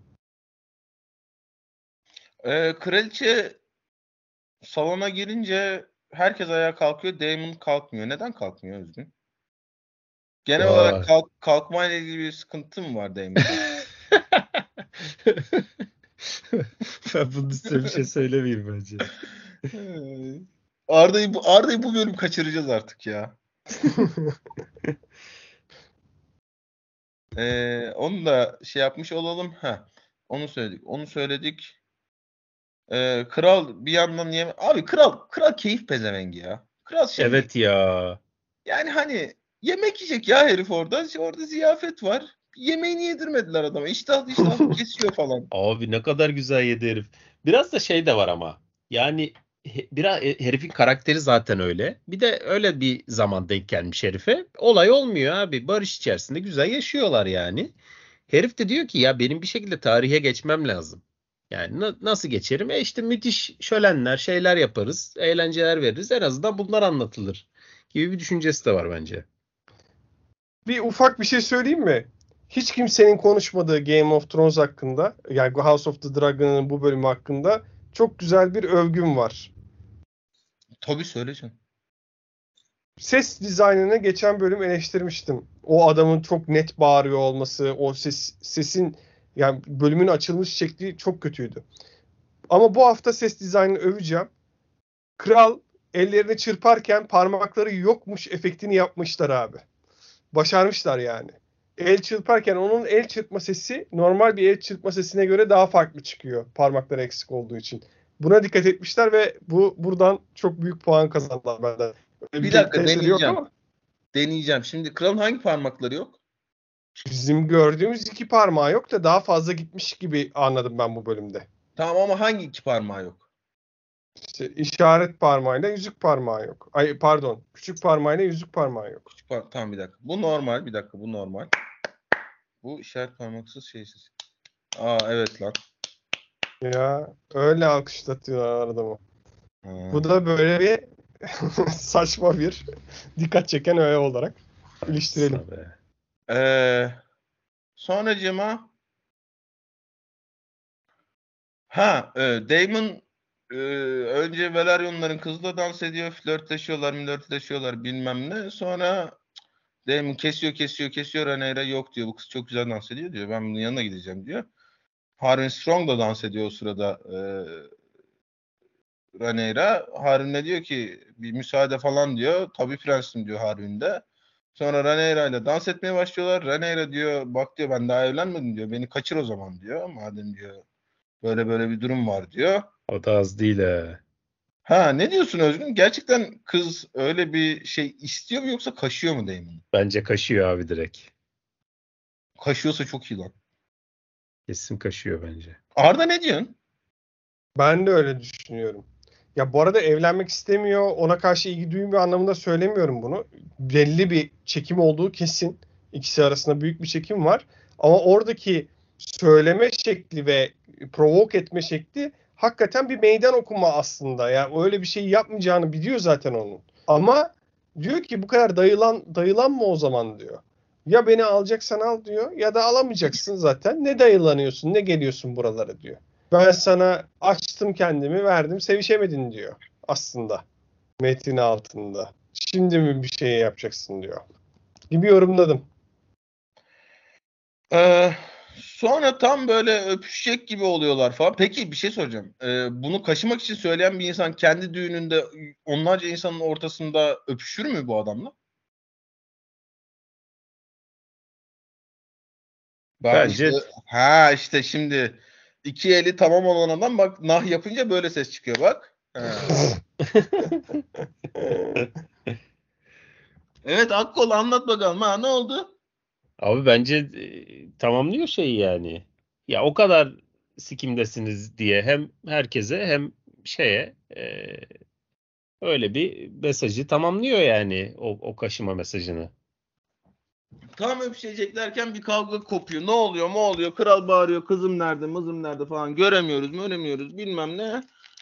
Kraliçe salona girince herkes ayağa kalkıyor. Daemon kalkmıyor. Neden kalkmıyor Özgün? Genel olarak kalkmayla ilgili bir sıkıntı mı var Daemon'da? Ben bunun üstüne bir şey söylemeyeyim bence. Arda'yı bu bölüm kaçıracağız artık ya. Onu da şey yapmış olalım. Onu söyledik. Kral bir yandan abi kral keyif pezevengi ya. Kral şey. Evet ya. Yani hani yemek yiyecek ya herif orada. Orada ziyafet var. Yemeğini yedirmediler adama. İştah kesiyor falan. Abi ne kadar güzel yedi herif. Biraz da şey de var ama. Yani biraz herifin karakteri zaten öyle. Bir de öyle bir zaman denk gelmiş herife. Olay olmuyor abi. Barış içerisinde güzel yaşıyorlar yani. Herif de diyor ki ya benim bir şekilde tarihe geçmem lazım. Yani nasıl geçerim? İşte müthiş şölenler, şeyler yaparız, eğlenceler veririz. En azından bunlar anlatılır gibi bir düşüncesi de var bence. Bir ufak bir şey söyleyeyim mi? Hiç kimsenin konuşmadığı Game of Thrones hakkında, yani House of the Dragon'ın bu bölümü hakkında çok güzel bir övgüm var. Tabii söyleyeceğim. Ses dizaynını geçen bölüm eleştirmiştim. O adamın çok net bağırıyor olması, o sesin, yani bölümün açılmış şekli çok kötüydü. Ama bu hafta ses dizaynını öveceğim. Kral ellerini çırparken parmakları yokmuş efektini yapmışlar abi. Başarmışlar yani. El çırparken onun el çırpma sesi normal bir el çırpma sesine göre daha farklı çıkıyor. Parmakları eksik olduğu için. Buna dikkat etmişler ve buradan çok büyük puan kazandılar benden. Bir dakika gameplay yok deneyeceğim. ama Deneyeceğim. Şimdi kralın hangi parmakları yok? bizim gördüğümüz 2 parmağı yok da daha fazla gitmiş gibi anladım ben bu bölümde. Tamam ama hangi iki parmağı yok? İşte işaret parmağıyla yüzük parmağı yok. Ay pardon, küçük parmağıyla yüzük parmağı yok. Tamam bir dakika. Bu normal. Bir dakika bu normal. Bu işaret parmaksız şeysiz. Aa evet lan. Ya öyle alkışlatıyorlar adamı. Ha. Bu da böyle bir saçma bir dikkat çeken öğe olarak iliştirelim. Sonracığıma Damon önce Velaryonların kızla dans ediyor. Flörtleşiyorlar bilmem ne. Sonra Damon kesiyor Rhaenyra yok diyor. Bu kız çok güzel dans ediyor diyor. Ben bunun yanına gideceğim diyor. Harwin Strong da dans ediyor o sırada Rhaenyra. Harwin'e diyor ki bir müsaade falan diyor. Tabii prensim diyor Harwin de. Sonra Rhaenyra ile dans etmeye başlıyorlar. Rhaenyra diyor bak diyor ben daha evlenmedim diyor. Beni kaçır o zaman diyor. Madem diyor böyle bir durum var diyor. O da az değil he. Ne diyorsun Özgün? Gerçekten kız öyle bir şey istiyor mu yoksa kaşıyor mu Damon'u? Bence kaşıyor abi direkt. Kaşıyorsa çok iyi lan. Kesin kaşıyor bence. Arda ne diyorsun? Ben de öyle düşünüyorum. Ya bu arada evlenmek istemiyor, ona karşı ilgi duymuyor anlamında söylemiyorum bunu. Belli bir çekim olduğu kesin. İkisi arasında büyük bir çekim var. Ama oradaki söyleme şekli ve provoke etme şekli hakikaten bir meydan okuma aslında. Yani öyle bir şey yapmayacağını biliyor zaten onun. Ama diyor ki bu kadar dayılan mı o zaman diyor. Ya beni alacaksan al diyor ya da alamayacaksın zaten. Ne dayılanıyorsun ne geliyorsun buralara diyor. Ben sana açtım kendimi verdim sevişemedin diyor aslında metnin altında. Şimdi mi bir şey yapacaksın diyor. Gibi yorumladım. Sonra tam böyle öpüşecek gibi oluyorlar falan. Peki bir şey soracağım. Bunu kaşımak için söyleyen bir insan kendi düğününde onlarca insanın ortasında öpüşür mü bu adamla? Bence İşte şimdi iki eli tamam olan adam bak nah yapınca böyle ses çıkıyor bak. Evet Akkol anlat bakalım ne oldu? abi bence tamamlıyor şeyi yani. Ya o kadar sikimdesiniz diye hem herkese hem şeye öyle bir mesajı tamamlıyor yani o kaşıma mesajını. Tam öpüşeceklerken bir kavga kopuyor. Ne oluyor? Kral bağırıyor. Kızım nerede? Mızım nerede falan. Göremiyoruz bilmem ne.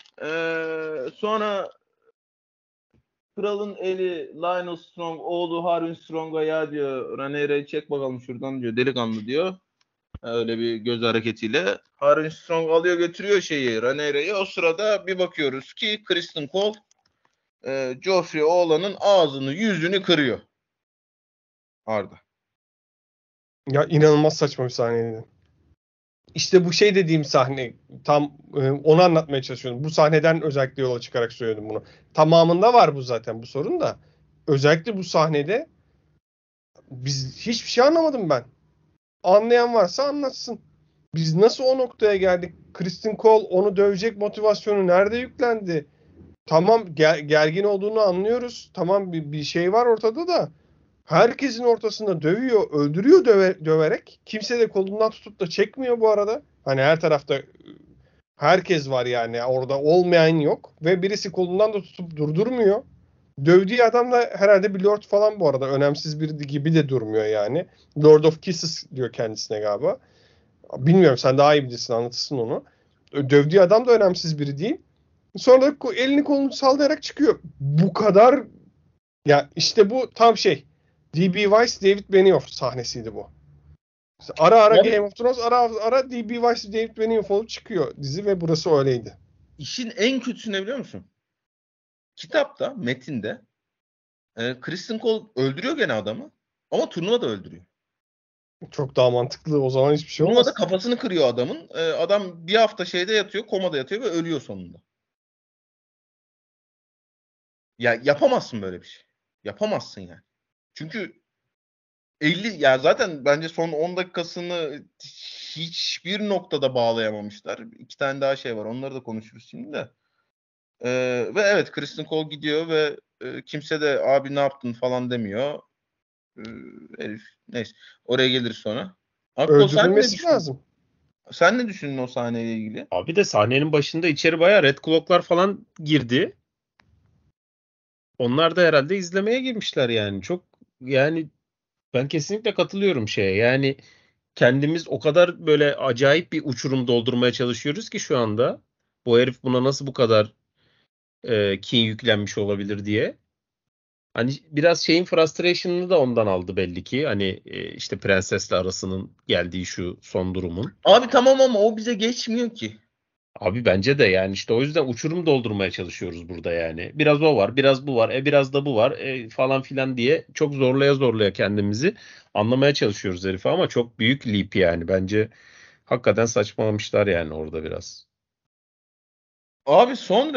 Sonra kralın eli Lionel Strong oğlu Harwin Strong'a ya diyor. Rhaenyra'yı çek bakalım şuradan diyor. Delikanlı diyor. Öyle bir göz hareketiyle. Harwin Strong alıyor götürüyor Rhaenyra'yı. O sırada bir bakıyoruz ki Criston Cole Joffrey oğlanın ağzını yüzünü kırıyor. Arda. Ya inanılmaz saçma bir sahneydi. İşte bu şey dediğim sahne tam onu anlatmaya çalışıyorum. Bu sahneden özellikle yola çıkarak söyledim bunu. Tamamında var bu zaten bu sorun da. Özellikle bu sahnede hiçbir şey anlamadım ben. Anlayan varsa anlatsın. Biz nasıl o noktaya geldik? Criston Cole onu dövecek motivasyonu nerede yüklendi? Tamam gergin olduğunu anlıyoruz. Tamam bir şey var ortada da herkesin ortasında dövüyor, öldürüyor döverek. Kimse de kolundan tutup da çekmiyor bu arada. Hani her tarafta herkes var yani orada olmayan yok. Ve birisi kolundan da tutup durdurmuyor. Dövdüğü adam da herhalde bir lord falan bu arada. Önemsiz biri gibi de durmuyor yani. Lord of Kisses diyor kendisine galiba. Bilmiyorum sen daha iyi bilirsin anlatırsın onu. Dövdüğü adam da önemsiz biri değil. Sonra da elini kolunu sallayarak çıkıyor. Bu kadar ya işte bu tam şey. D.B. Weiss, David Benioff sahnesiydi bu. İşte ara Yani, Game of Thrones, ara D.B. Weiss, David Benioff olup çıkıyor dizi ve burası öyleydi. İşin en kötüsü ne biliyor musun? Kitapta, metinde Criston Cole öldürüyor gene adamı ama turnuvada öldürüyor. Çok daha mantıklı. O zaman hiçbir şey Turnuvada olmaz. kafasını kırıyor adamın. Adam bir hafta şeyde yatıyor, komada yatıyor ve ölüyor sonunda. Ya yapamazsın böyle bir şey. Yapamazsın yani. Çünkü 50 ya zaten bence son 10 dakikasını hiçbir noktada bağlayamamışlar. 2 tane daha şey var. Onları da konuşuruz şimdi de. Ve evet, Kristen Cole gidiyor ve kimse de abi ne yaptın falan demiyor. Herif neyse. Oraya geliriz sonra. Akkol, sen ne Öldürülmesi düşündün? lazım. Sen ne düşündün o sahneyle ilgili? Abi de sahnenin başında içeri bayağı Red Cloak'lar falan girdi. Onlar da herhalde izlemeye girmişler yani. Çok yani ben kesinlikle katılıyorum şeye. Yani kendimiz o kadar böyle acayip bir uçurum doldurmaya çalışıyoruz ki şu anda. Bu herif buna nasıl bu kadar kin yüklenmiş olabilir diye. Hani biraz şeyin frustration'ını da ondan aldı belli ki. Hani işte prensesle arasının geldiği şu son durumun. Abi tamam ama o bize geçmiyor ki. Abi bence de yani işte o yüzden uçurum doldurmaya çalışıyoruz burada yani. Biraz o var, biraz bu var, biraz da bu var falan filan diye çok zorlaya zorlaya kendimizi anlamaya çalışıyoruz herifi ama çok büyük leap yani. Bence hakikaten saçmalamışlar yani orada biraz. Abi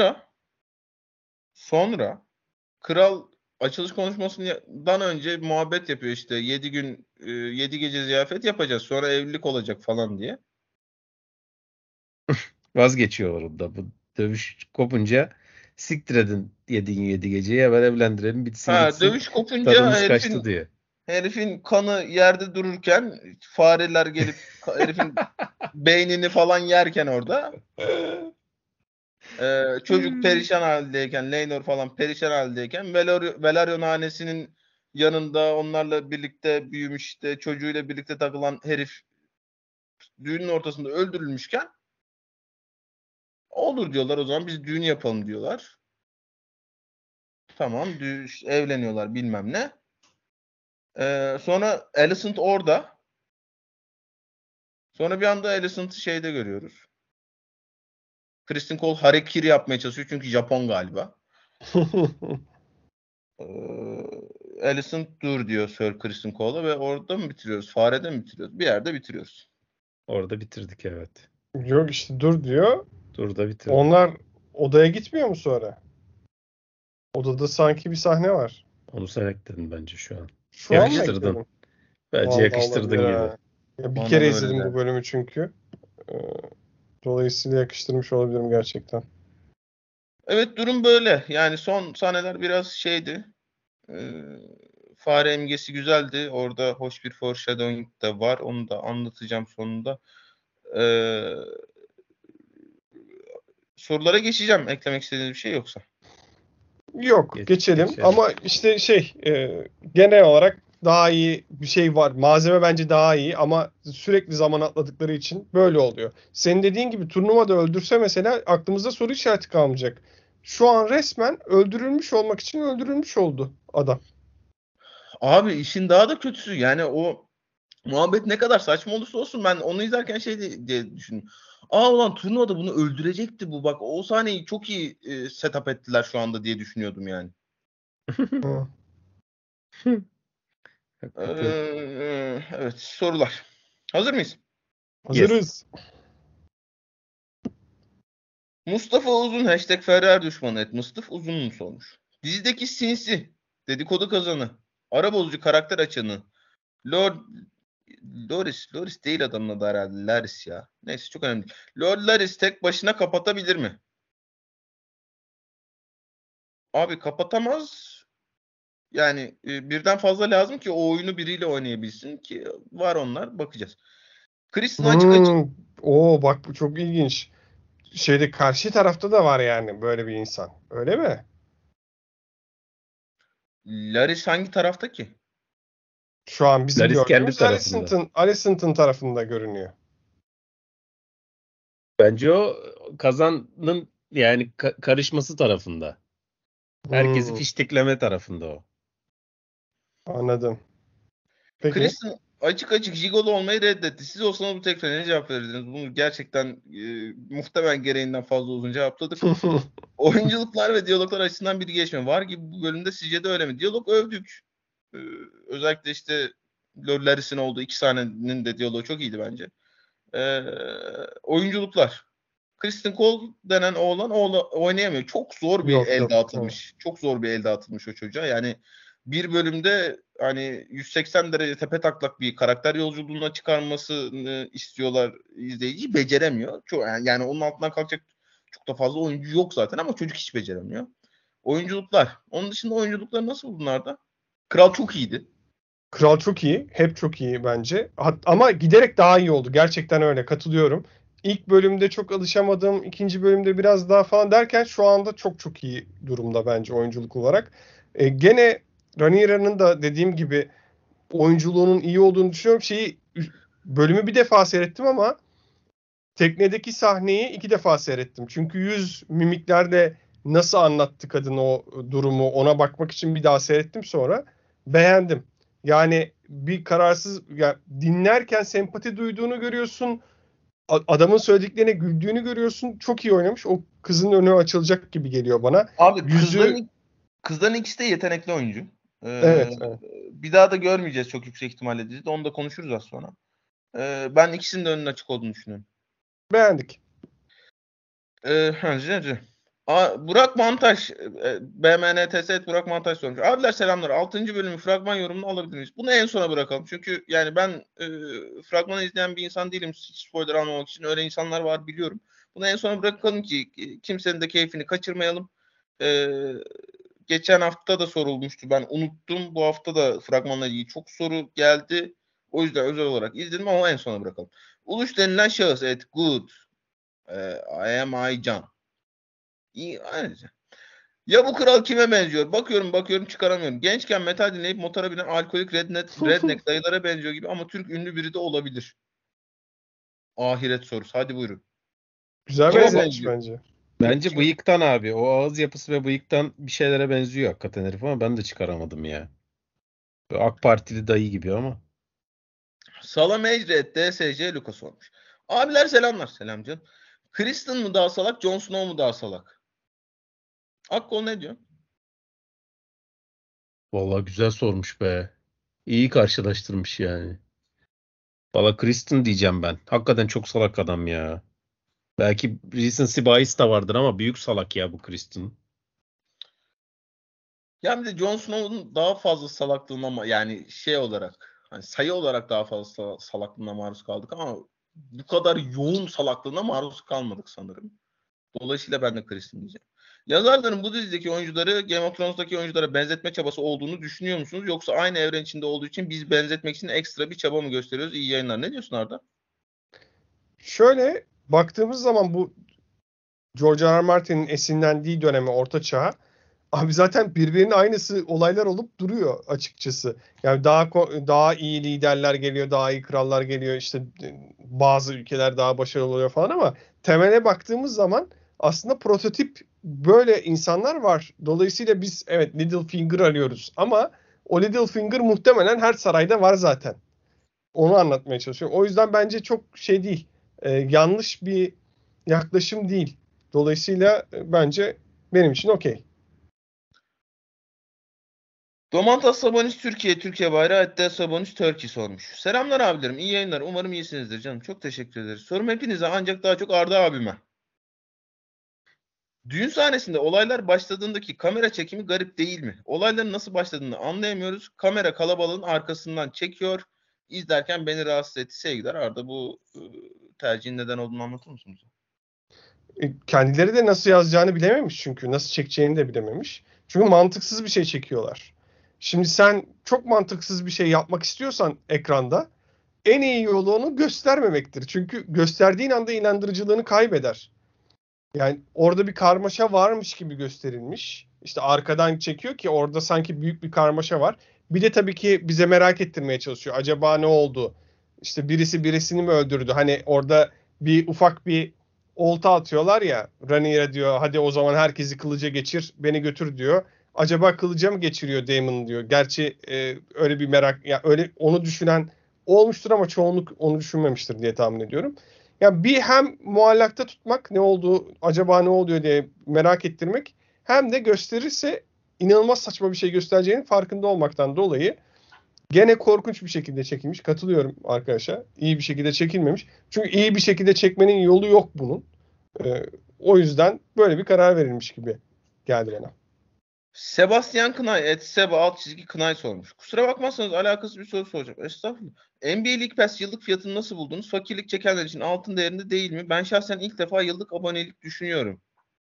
sonra kral açılış konuşmasından önce muhabbet yapıyor işte 7 gün 7 gece ziyafet yapacağız sonra evlilik olacak falan diye. Vazgeçiyorlar orada. Bu dövüş kopunca siktir edin 7 geceyi hemen evlendirelim bitsin Ha, gitsin. dövüş kopunca Tadımız kaçtı diye. herifin kanı yerde dururken fareler gelip herifin beynini falan yerken orada çocuk perişan haldeyken, Laenor falan perişan haldeyken Velaryon hanesinin yanında onlarla birlikte büyümüş işte çocuğuyla birlikte takılan herif düğünün ortasında öldürülmüşken olur diyorlar, o zaman biz düğün yapalım diyorlar. Tamam, evleniyorlar bilmem ne. Sonra Alicent orada. Sonra bir anda Alicent'ı şeyde görüyoruz. Kristen Cole harakiri yapmaya çalışıyor çünkü Japon galiba. Alicent dur diyor Sir Kristen Cole'a ve orada mı bitiriyoruz? Farede mi bitiriyoruz? Bir yerde bitiriyoruz. Orada bitirdik evet. Yok işte dur diyor. Dur da bitirdik. Onlar odaya gitmiyor mu sonra? Odada sanki bir sahne var. Onu sen ekledin bence şu an. Şu an mı Yakıştırdın. ekledim? Bence Vallahi olabilir yakıştırdın gibi. ha. Ya bir Bana kere da izledim öyle bu bölümü çünkü. Dolayısıyla yakıştırmış olabilirim gerçekten. Evet, durum böyle. Yani son sahneler biraz şeydi. Fare imgesi güzeldi. Orada hoş bir foreshadowing de var. Onu da anlatacağım sonunda. Sorulara geçeceğim. Eklemek istediğiniz bir şey yoksa. Yok, geçelim. Geçelim. Ama işte genel olarak daha iyi bir şey var. Malzeme bence daha iyi ama sürekli zaman atladıkları için böyle oluyor. Senin dediğin gibi turnuvada öldürse mesela aklımızda soru işareti kalmayacak. Şu an resmen öldürülmüş olmak için öldürülmüş oldu adam. Abi işin daha da kötüsü yani o muhabbet ne kadar saçma olursa olsun ben onu izlerken diye düşündüm. Aa ulan turnuvada bunu öldürecekti bu. Bak o sahneyi çok iyi setup ettiler şu anda diye düşünüyordum yani. Hı. Hakikaten. Evet, sorular. Hazır mıyız? Hazırız. Mustafa Uzun #Ferrer düşmanı Mustafa Uzun mu sormuş. Dizideki sinsi, dedikodu kazanı, ara bozucu karakter açanı, Lord Loris değil adamın adı herhalde. Laris ya. Neyse çok önemli değil. Lord Laris tek başına kapatabilir mi? Abi kapatamaz. Yani birden fazla lazım ki o oyunu biriyle oynayabilsin ki var onlar. Bakacağız. Chris'in açık açık Bak bu çok ilginç. Karşı tarafta da var yani böyle bir insan. Öyle mi? Laris hangi tarafta ki? Şu an bizim Laris kendi gördüğümüz tarafında. Alicent'ın tarafında görünüyor. Bence o kazanın yani karışması tarafında. Herkesi Hmm, fiştikleme tarafında o. anladım. Peki. Chris'in açık açık jigolo olmayı reddetti. Siz olsanız bu tekrar ne cevap verirdiniz? Bunu gerçekten muhtemelen gereğinden fazla uzun cevapladık. Oyunculuklar ve diyaloglar açısından bir gelişme var gibi bu bölümde, sizce de öyle mi? Diyalog övdük. Özellikle işte Lord Laris'in olduğu 2 sahnenin de diyaloğu çok iyiydi bence. Oyunculuklar. Kristen Cole denen oğlan oynayamıyor. Çok zor bir Yok el yok. Evet. dağıtılmış. Çok zor bir el dağıtılmış o çocuğa. Yani bir bölümde hani 180 derece tepe taklak bir karakter yolculuğuna çıkarmasını istiyorlar, izleyici beceremiyor. Yani onun altından kalkacak çok da fazla oyuncu yok zaten ama çocuk hiç beceremiyor. Oyunculuklar. Onun dışında oyunculukları nasıl bunlarda? Kral çok iyiydi. Kral çok iyi. Hep çok iyi bence. Ama giderek daha iyi oldu. Gerçekten öyle. Katılıyorum. İlk bölümde çok alışamadım. İkinci bölümde biraz daha falan derken şu anda çok çok iyi durumda bence oyunculuk olarak. Gene Rhaenyra'nın da dediğim gibi oyunculuğunun iyi olduğunu düşünüyorum. Bölümü bir defa seyrettim ama teknedeki sahneyi 2 defa seyrettim. Çünkü yüz mimiklerle nasıl anlattı kadın o durumu, ona bakmak için bir daha seyrettim sonra. Beğendim. Yani bir kararsız, ya dinlerken sempati duyduğunu görüyorsun. Adamın söylediklerine güldüğünü görüyorsun. Çok iyi oynamış. O kızın önü açılacak gibi geliyor bana. Abi kızların ikisi de yetenekli oyuncu. Evet. Bir daha da görmeyeceğiz çok yüksek ihtimalle dizide. Onu da konuşuruz az sonra. Ben ikisinin de önünün açık olduğunu düşünüyorum. Beğendik. Burak Mantaş, BMNTS Burak Mantaş sormuş. Abiler selamlar. 6. bölümün fragman yorumunu alabilir miyiz? Bunu en sona bırakalım. Çünkü yani ben fragmanı izleyen bir insan değilim. Hiç spoiler almamak için. Öyle insanlar var biliyorum. Bunu en sona bırakalım ki kimsenin de keyfini kaçırmayalım. Geçen hafta da sorulmuştu. Ben unuttum. Bu hafta da fragmanla ilgili çok soru geldi. O yüzden özel olarak izledim ama en sona bırakalım. Uluş denilen şahıs. Evet, good. I am Aycan. İyi, ayrıca. Ya bu kral kime benziyor? Bakıyorum çıkaramıyorum. Gençken metal dinleyip motora binen alkolik redneck dayılara benziyor gibi ama Türk ünlü biri de olabilir. Ahiret sorusu. Hadi buyurun. Güzel Kime benzetmiş benziyor? bence. Bence bıyıktan abi. O ağız yapısı ve bıyıktan bir şeylere benziyor hakikaten herif ama ben de çıkaramadım ya. Böyle AK Partili dayı gibi ama. Salam Ecret DSC Lucas olmuş. Abiler selamlar. Selam canım. Kristen mı daha salak, Jon Snow mu daha salak? Akkol ne diyor? Vallahi güzel sormuş be. İyi karşılaştırmış yani. Valla Kristen diyeceğim ben. Hakikaten çok salak adam ya. Belki recency bias da vardır ama büyük salak ya bu Kristen. Yani bir de Jon Snow'un daha fazla salaklığına yani şey olarak hani sayı olarak daha fazla salaklığına maruz kaldık ama bu kadar yoğun salaklığına maruz kalmadık sanırım. Dolayısıyla ben de Kristen diyeceğim. Yazarların bu dizideki oyuncuları Game of Thrones'daki oyunculara benzetme çabası olduğunu düşünüyor musunuz? Yoksa aynı evren içinde olduğu için biz benzetmek için ekstra bir çaba mı gösteriyoruz? İyi yayınlar. Ne diyorsun Arda? Şöyle baktığımız zaman bu George R. R. Martin'in esinlendiği döneme, Orta Çağ'a, abi zaten birbirinin aynısı olaylar olup duruyor açıkçası. Yani daha iyi liderler geliyor, daha iyi krallar geliyor. İşte bazı ülkeler daha başarılı oluyor falan ama temele baktığımız zaman aslında prototip böyle insanlar var. Dolayısıyla biz evet Littlefinger arıyoruz ama o Littlefinger muhtemelen her sarayda var zaten. Onu anlatmaya çalışıyorum. O yüzden bence çok şey değil. Yanlış bir yaklaşım değil. Dolayısıyla bence benim için okey. Domantas Sabonis Türkiye bayrağı hatta Sabonis Turkey sormuş. Selamlar abilerim, iyi yayınlar. Umarım iyisinizdir canım. Çok teşekkür ederiz. Sorum hepinize ancak daha çok Arda abime. Düğün sahnesinde olaylar başladığındaki kamera çekimi garip değil mi? Olayların nasıl başladığını anlayamıyoruz. Kamera kalabalığın arkasından çekiyor. İzlerken beni rahatsız etti. Sevgiler Arda, bu tercihin neden olduğunu anlatır mısın? Kendileri de nasıl yazacağını bilememiş çünkü. Nasıl çekeceğini de bilememiş. Çünkü mantıksız bir şey çekiyorlar. Şimdi sen çok mantıksız bir şey yapmak istiyorsan ekranda en iyi yolu onu göstermemektir. Çünkü gösterdiğin anda inandırıcılığını kaybeder. Yani orada bir karmaşa varmış gibi gösterilmiş. İşte arkadan çekiyor ki orada sanki büyük bir karmaşa var. Bir de tabii ki bize merak ettirmeye çalışıyor. Acaba ne oldu? İşte birisi birisini mi öldürdü? Hani orada ufak bir olta atıyorlar ya. Rhaenyra diyor hadi o zaman herkesi kılıca geçir beni götür diyor. Acaba kılıca mı geçiriyor Daemon diyor. Gerçi öyle bir merak ya öyle onu düşünen olmuştur ama çoğunluk onu düşünmemiştir diye tahmin ediyorum. Ya bir hem muallakta tutmak acaba ne oluyor diye merak ettirmek hem de gösterirse inanılmaz saçma bir şey göstereceğinin farkında olmaktan dolayı gene korkunç bir şekilde çekilmiş. Katılıyorum arkadaşlar. İyi bir şekilde çekilmemiş. Çünkü iyi bir şekilde çekmenin yolu yok bunun. O yüzden böyle bir karar verilmiş gibi geldi bana. Sebastian Kınay, Seba alt çizgi Kınay sormuş. Kusura bakmazsanız alakasız bir soru soracağım. Estağfurullah. NBA League Pass yıllık fiyatını nasıl buldunuz? Fakirlik çekenler için altın değerinde değil mi? Ben şahsen ilk defa yıllık abonelik düşünüyorum.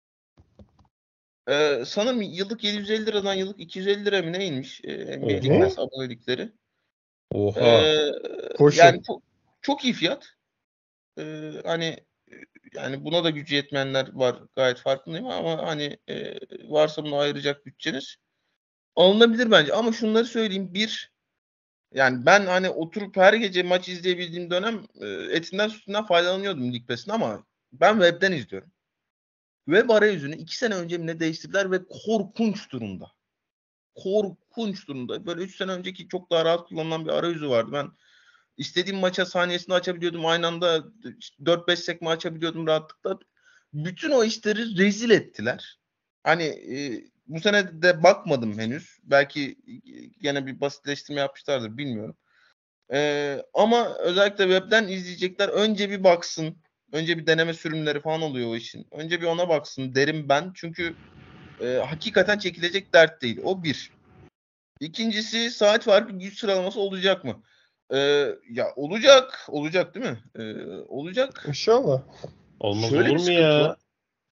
Sanırım yıllık 750 liradan yıllık 250 lira mı ne inmiş NBA League Pass abonelikleri. Oha. Yani çok iyi fiyat. Hani yani buna da gücü yetmeyenler var, gayet farkındayım ama hani varsa bunu ayıracak bütçeniz alınabilir bence. Ama şunları söyleyeyim. Yani ben hani oturup her gece maç izleyebildiğim dönem etinden sütünden faydalanıyordum Lig Pass'in ama ben webden izliyorum. Web arayüzünü 2 sene önce mi ne değiştirdiler ve korkunç durumda. Korkunç durumda. Böyle 3 sene önceki çok daha rahat kullanılan bir arayüzü vardı. Ben istediğim maça saniyesinde açabiliyordum. Aynı anda 4-5 sekme açabiliyordum rahatlıkla. Bütün o işleri rezil ettiler. Hani bu sene de bakmadım henüz. Belki gene bir basitleştirme yapmışlardır bilmiyorum. Ama özellikle webden izleyecekler önce bir baksın. Önce bir deneme sürümleri falan oluyor o işin. Önce bir ona baksın derim ben. Çünkü hakikaten çekilecek dert değil. O bir. İkincisi saat farkı güç sıralaması olacak mı? Ya olacak. Olacak değil mi? Olacak. İnşallah. Olmaz Şöyle olur bir mu sıkıntı ya? var.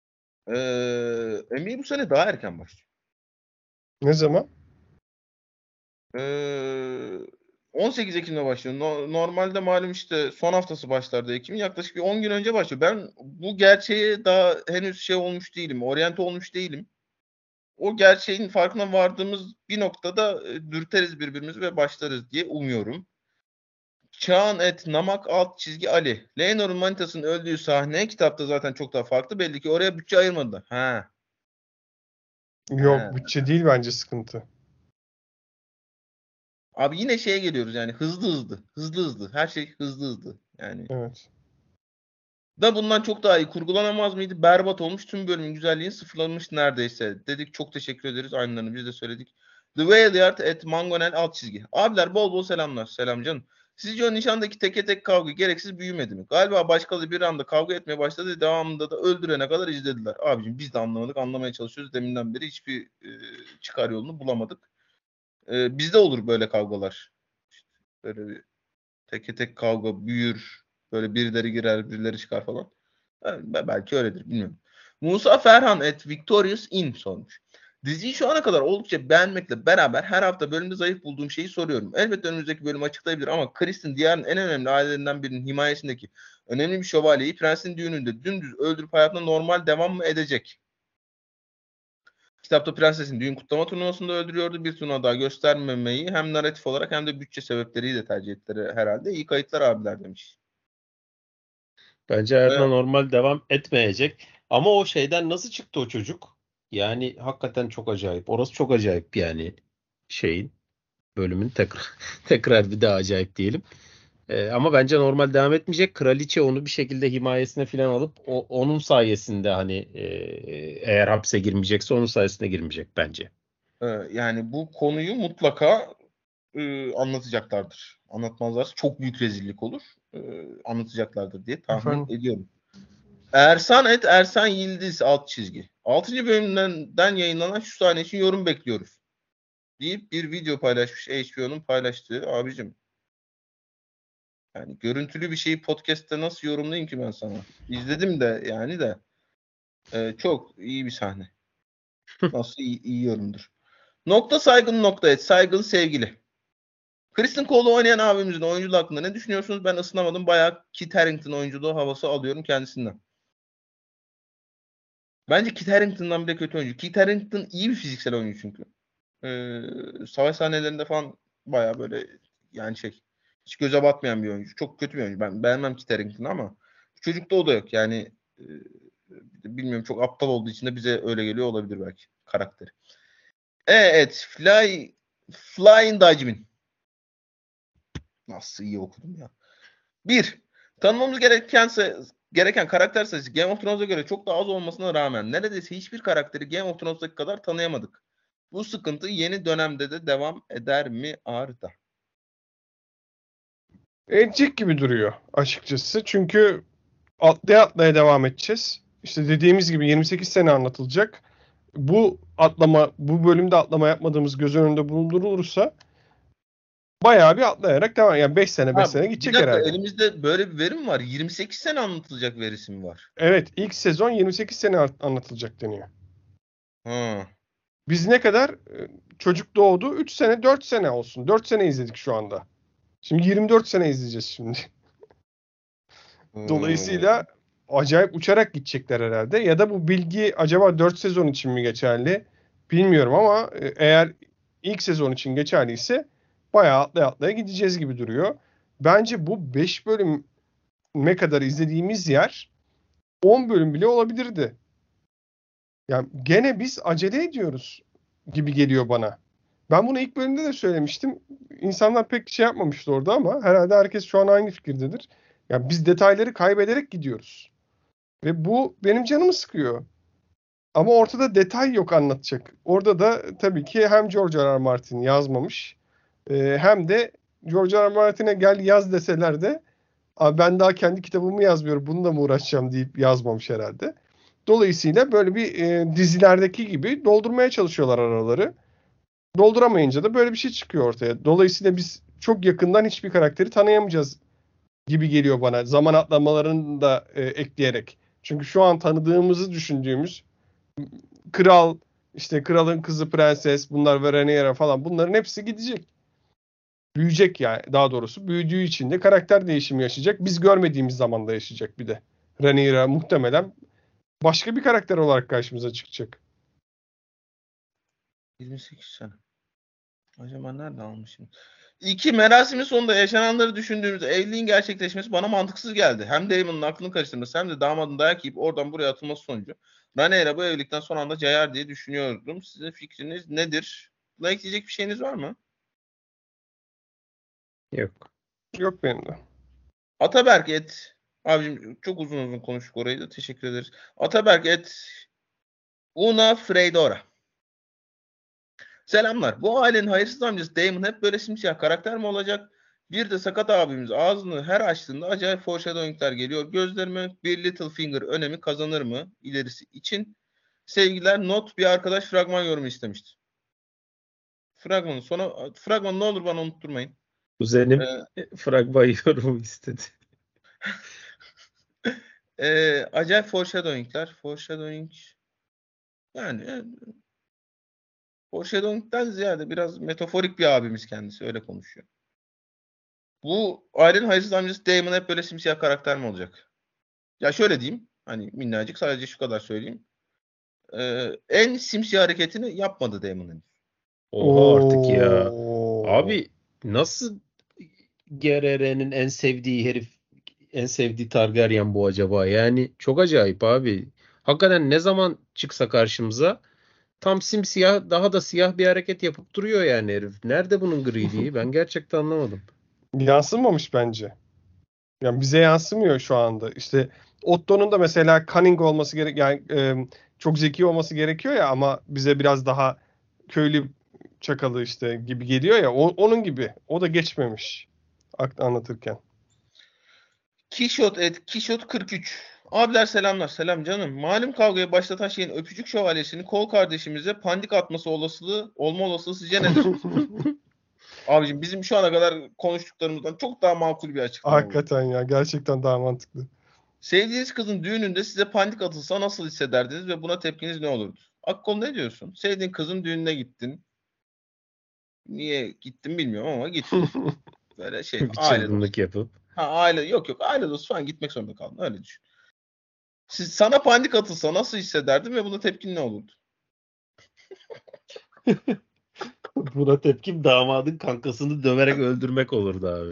NBA bu sene daha erken başlıyor. Ne zaman? 18 Ekim'de başlıyor. Normalde malum işte son haftası başlardı Ekim'in. Yaklaşık bir 10 gün önce başlıyor. Ben bu gerçeğe daha henüz şey olmuş değilim. Oryante olmuş değilim. O gerçeğin farkına vardığımız bir noktada dürteriz birbirimizi ve başlarız diye umuyorum. Çağan Namak alt çizgi Ali. Leonor'un manitasının öldüğü sahne kitapta zaten çok daha farklı. Belli ki oraya bütçe ayırmadılar. Ha. Yok, bütçe değil bence sıkıntı. Abi yine şeye geliyoruz yani hızlı. Her şey hızlı. Yani Evet. da bundan çok daha iyi kurgulanamaz mıydı? Berbat olmuş. Tüm bölümün güzelliğini sıfırlanmış neredeyse. Dedik çok teşekkür ederiz. Aynılarını biz de söyledik. The Whaleyard at Mangonel alt çizgi. Abiler bol bol selamlar. Selam canım. Sizce o nişandaki teke tek kavga gereksiz büyümedi mi? Galiba başkaları bir anda kavga etmeye başladı. Devamında da öldürene kadar izlediler. Abicim biz de anlamadık. Anlamaya çalışıyoruz. Deminden beri hiçbir çıkar yolunu bulamadık. Bizde olur böyle kavgalar. İşte böyle bir teke tek kavga büyür. Böyle birileri girer, birileri çıkar falan. Belki öyledir, bilmiyorum. Musa Ferhan Victorious In sormuş. Diziyi şu ana kadar oldukça beğenmekle beraber her hafta bölümde zayıf bulduğum şeyi soruyorum. Elbette önümüzdeki bölüm açıklayabilir ama Kristen diyarın en önemli ailelerinden birinin himayesindeki önemli bir şövalyeyi prensin düğününde dümdüz öldürüp hayatına normal devam mı edecek? Kitapta prensesin düğün kutlama turnuvasında öldürüyordu. Bir turnuva daha göstermemeyi hem narratif olarak hem de bütçe sebepleriyle tercih ettiler herhalde. İyi kayıtlar abiler demiş. Bence hayatına Evet. normal devam etmeyecek. Ama o şeyden nasıl çıktı o çocuk? Yani hakikaten çok acayip. Orası çok acayip yani bölümün tekrar bir daha acayip diyelim. Ama bence normal devam etmeyecek. Kraliçe onu bir şekilde himayesine falan alıp onun sayesinde hani eğer hapse girmeyecekse onun sayesinde girmeyecek bence. Yani bu konuyu mutlaka anlatacaklardır. Anlatmazlarsa çok büyük rezillik olur. Anlatacaklardır diye tahmin Efendim? ediyorum. Ersan Yıldız alt çizgi. 6. bölümden yayınlanan şu sahne için yorum bekliyoruz. Deyip bir video paylaşmış HBO'nun paylaştığı. Abicim yani görüntülü bir şeyi podcast'te nasıl yorumlayayım ki ben sana? İzledim de yani de çok iyi bir sahne. Nasıl iyi yorumdur. Saygın sevgili. Kristen Cole'u oynayan abimizin oyunculuğu hakkında ne düşünüyorsunuz? Ben ısınamadım. Bayağı Kit Harington oyunculuğu havası alıyorum kendisinden. Bence Kit Harington'dan bile kötü oyuncu. Kit Harington iyi bir fiziksel oyuncu çünkü. Savaş sahnelerinde falan bayağı böyle yani hiç göze batmayan bir oyuncu. Çok kötü bir oyuncu. Ben beğenmem Kit Harington'ı ama çocukta o da yok. Yani bilmiyorum çok aptal olduğu için de bize öyle geliyor olabilir belki karakteri. Evet. Flying Dutchman. Nasıl iyi okudum ya. 1. Tanımamız gereken karakter sayısı Game of Thrones'a göre çok daha az olmasına rağmen neredeyse hiçbir karakteri Game of Thrones'taki kadar tanıyamadık. Bu sıkıntı yeni dönemde de devam eder mi Arda? Edecek gibi duruyor açıkçası. Çünkü atlaya atlaya devam edeceğiz. İşte dediğimiz gibi 28 sene anlatılacak. bu bölümde atlama yapmadığımız göz önünde bulundurulursa bayağı bir atlayarak devam. Yani 5 sene Bir gidecek dakika, herhalde. elimizde böyle bir verim var. 28 sene anlatılacak verisi mi var? Evet, ilk sezon 28 sene anlatılacak deniyor. Ha. Biz ne kadar çocuk doğdu? 3 sene, 4 sene olsun. 4 sene izledik şu anda. Şimdi 24 sene izleyeceğiz şimdi. Dolayısıyla acayip uçarak gidecekler herhalde. Ya da bu bilgi acaba 4 sezon için mi geçerli? Bilmiyorum ama eğer ilk sezon için geçerliyse bayağı atlaya gideceğiz gibi duruyor. Bence bu 5 bölüme kadar izlediğimiz yer 10 bölüm bile olabilirdi. Yani gene biz acele ediyoruz gibi geliyor bana. Ben bunu ilk bölümde de söylemiştim. İnsanlar pek şey yapmamıştı orada ama herhalde herkes şu an aynı fikirdedir. Yani biz detayları kaybederek gidiyoruz. Ve bu benim canımı sıkıyor. Ama ortada detay yok anlatacak. Orada da tabii ki hem George R. R. Martin yazmamış hem de George R. R. Martin'e gel yaz deseler de ben daha kendi kitabımı yazmıyorum bununla mı uğraşacağım deyip yazmamış herhalde. Dolayısıyla böyle bir dizilerdeki gibi doldurmaya çalışıyorlar araları. Dolduramayınca da böyle bir şey çıkıyor ortaya. Dolayısıyla biz çok yakından hiçbir karakteri tanıyamayacağız gibi geliyor bana. Zaman atlamalarını da ekleyerek. Çünkü şu an tanıdığımızı düşündüğümüz kral, işte kralın kızı prenses, bunlar ve Rhaenyra falan bunların hepsi gidecek. Büyüyecek yani daha doğrusu. Büyüdüğü için de karakter değişimi yaşayacak. Biz görmediğimiz zamanda yaşayacak bir de. Rhaenyra muhtemelen başka bir karakter olarak karşımıza çıkacak. 28 sene. Acaba nerede almışım? 2. Merasimin sonunda yaşananları düşündüğümüzde evliliğin gerçekleşmesi bana mantıksız geldi. Hem Daemon'un aklını karıştırması hem de damadın dayak yiyip oradan buraya atılması sonucu. Rhaenyra bu evlilikten son anda cayar diye düşünüyordum. Sizin fikriniz nedir? Buna ekleyecek bir şeyiniz var mı? Yok. Yok benim de. Ataberk et. Abicim çok uzun konuştuk orayı da. Teşekkür ederiz. Ataberk et. Una Freydora. Selamlar. Bu ailenin hayırsız amcası Damon hep böyle simsiyah karakter mi olacak? Bir de sakat abimiz ağzını her açtığında acayip foreshadowing'ler geliyor. Gözlerime bir Littlefinger önemi kazanır mı ilerisi için? Sevgiler, not bir arkadaş fragman yorumu istemişti. Fragmanı ne olur bana unutturmayın. Kuzenim fragman yorumu istedi. Acayip foreshadowing'ler. Foreshadowing yani foreshadowing'den ziyade biraz metaforik bir abimiz kendisi. Öyle konuşuyor. Bu ailenin hayırsız amcası Damon hep böyle simsiyah karakter mi olacak? Ya şöyle diyeyim. Hani minnacık sadece şu kadar söyleyeyim. En simsiyah hareketini yapmadı Damon henüz. Oha artık ya. Oo. Abi nasıl GRR'nin en sevdiği herif, en sevdiği Targaryen bu acaba? Yani çok acayip abi. Hakikaten ne zaman çıksa karşımıza tam simsiyah, daha da siyah bir hareket yapıp duruyor yani herif. Nerede bunun griliği? Ben gerçekten anlamadım. Yansımamış bence. Yani bize yansımıyor şu anda. İşte Otto'nun da mesela cunning olması yani çok zeki olması gerekiyor ya ama bize biraz daha köylü çakalı işte gibi geliyor ya. Onun gibi. O da geçmemiş anlatırken. Kişot 43. Abiler selamlar. Selam canım. Malum kavgayı başlatan şeyin öpücük şövalyesini kol kardeşimize pandik atması olma olasılığı sizce nedir? Abicim bizim şu ana kadar konuştuklarımızdan çok daha makul bir açıklama bu. Hakikaten ya. Gerçekten daha mantıklı. Sevdiğiniz kızın düğününde size pandik atılsa nasıl hissederdiniz ve buna tepkiniz ne olurdu? Akkol ne diyorsun? Sevdiğin kızın düğününe gittin. Niye gittin bilmiyorum ama gittin. Böyle Bir aile çılgınlık dostu. yapıp. Yok aile dostu falan gitmek zorunda kaldın. Öyle düşün. Sana pandik atılsa nasıl hissederdin ve buna tepkin ne olurdu? Buna tepkim damadın kankasını döverek öldürmek olurdu abi.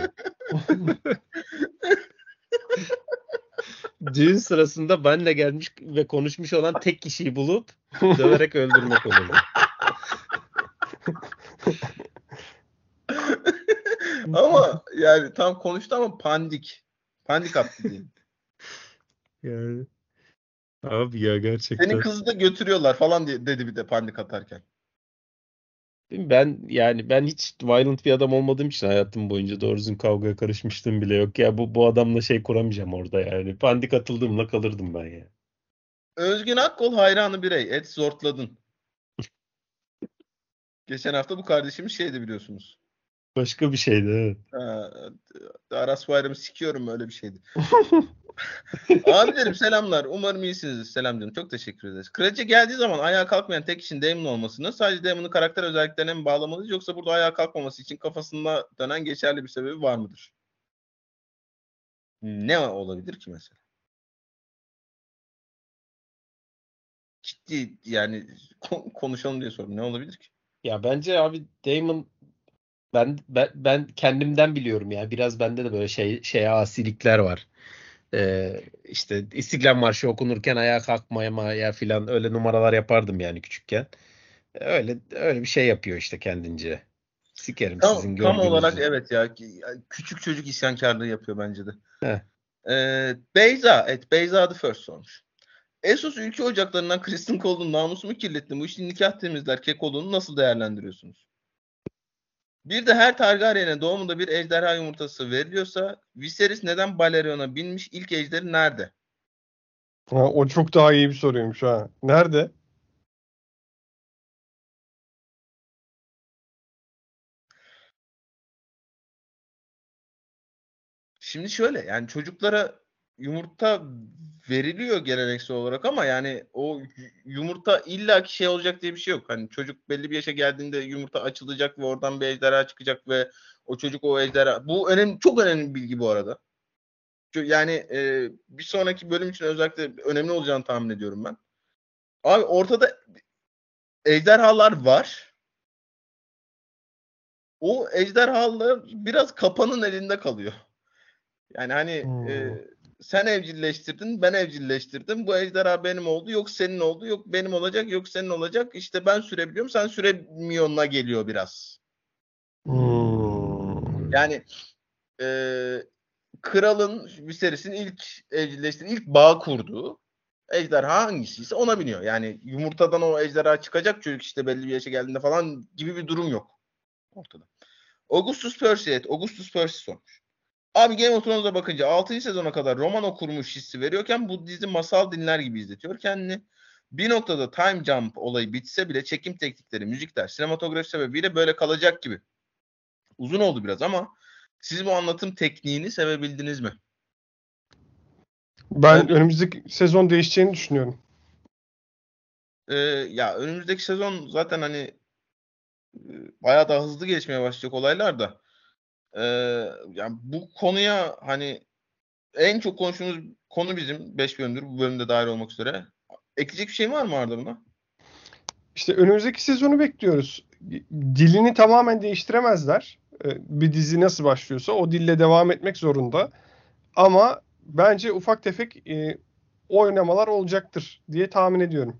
Düğün sırasında benle gelmiş ve konuşmuş olan tek kişiyi bulup döverek öldürmek olurdu. Ama yani tam konuştu ama pandik. Pandik attı diyelim. Yani abi ya gerçekten. Senin kızı da götürüyorlar falan dedi bir de pandik atarken. Ben hiç violent bir adam olmadığım için hayatım boyunca doğru düzgün kavgaya karışmışlığım bile yok. Ya bu adamla şey kuramayacağım orada yani. Pandik atıldığımla kalırdım ben ya. Özgün Akkol hayranı birey. Et zortladın. Geçen hafta bu kardeşimiz şeydi biliyorsunuz. Başka bir şeydi, evet. Aras Bayram'ı sikiyorum öyle bir şeydi. Abilerim selamlar. Umarım iyisinizdir. Selam canım. Çok teşekkür ederiz. Kraliçe geldiği zaman ayağa kalkmayan tek kişinin Daemon olmasını sadece Daemon'un karakter özelliklerine mi bağlamalıyız yoksa burada ayağa kalkmaması için kafasında dönen geçerli bir sebebi var mıdır? Ne olabilir ki mesela? Ciddi yani konuşalım diye sordum. Ne olabilir ki? Ya bence abi Damon ben kendimden biliyorum ya. Biraz bende de böyle şeye asilikler var. İşte İstiklal Marşı okunurken ayağa kalkmaya filan öyle numaralar yapardım yani küçükken. Öyle bir şey yapıyor işte kendince. Sikerim sizin Tam olarak görgünüzü. evet ya. Küçük çocuk isyankarlığı yapıyor bence de. Heh. Beyza the First sormuş. Essos ülke ocaklarından Kristen Cole'un namusu mu kirletti? Bu işin nikah temizler Kekol'unu nasıl değerlendiriyorsunuz? Bir de her Targaryen'e doğumunda bir ejderha yumurtası veriliyorsa Viserys neden Balerion'a binmiş? İlk ejderi nerede? O çok daha iyi bir soruymuş ha. Nerede? Şimdi şöyle yani çocuklara yumurta veriliyor geleneksel olarak ama yani o yumurta illaki şey olacak diye bir şey yok. Hani çocuk belli bir yaşa geldiğinde yumurta açılacak ve oradan bir ejderha çıkacak ve o çocuk o ejderha. Bu çok önemli bir bilgi bu arada. Yani bir sonraki bölüm için özellikle önemli olacağını tahmin ediyorum ben. Abi ortada ejderhalar var. O ejderhalar biraz kapanın elinde kalıyor. Yani hani sen evcilleştirdin, ben evcilleştirdim. Bu ejderha benim oldu, yok senin oldu, yok benim olacak, yok senin olacak. İşte ben sürebiliyorum, sen süremiyor'una geliyor biraz. Yani kralın Viserys'in ilk evcilleştirdiği, ilk bağ kurduğu ejderha hangisiyse ona biniyor. Yani yumurtadan o ejderha çıkacak çocuk işte belli bir yaşa geldiğinde falan gibi bir durum yok ortada. Augustus Percy sormuş. Abi Game of Thrones'a bakınca 6. sezona kadar roman okurmuş hissi veriyorken bu dizi masal dinler gibi izletiyor kendini. Bir noktada time jump olayı bitse bile çekim teknikleri, müzikler, sinematografi sebebiyle böyle kalacak gibi. Uzun oldu biraz ama siz bu anlatım tekniğini sevebildiniz mi? Ben önümüzdeki sezon değişeceğini düşünüyorum. Ya önümüzdeki sezon zaten hani bayağı daha hızlı gelişmeye başlayacak olaylar da. Yani bu konuya hani en çok konuştuğumuz konu bizim 5 bölümdür. Bu bölümde dahil olmak üzere. Ekleyecek bir şey var mı Arda buna? İşte önümüzdeki sezonu bekliyoruz. Dilini tamamen değiştiremezler. Bir dizi nasıl başlıyorsa o dille devam etmek zorunda. Ama bence ufak tefek oynamalar olacaktır diye tahmin ediyorum.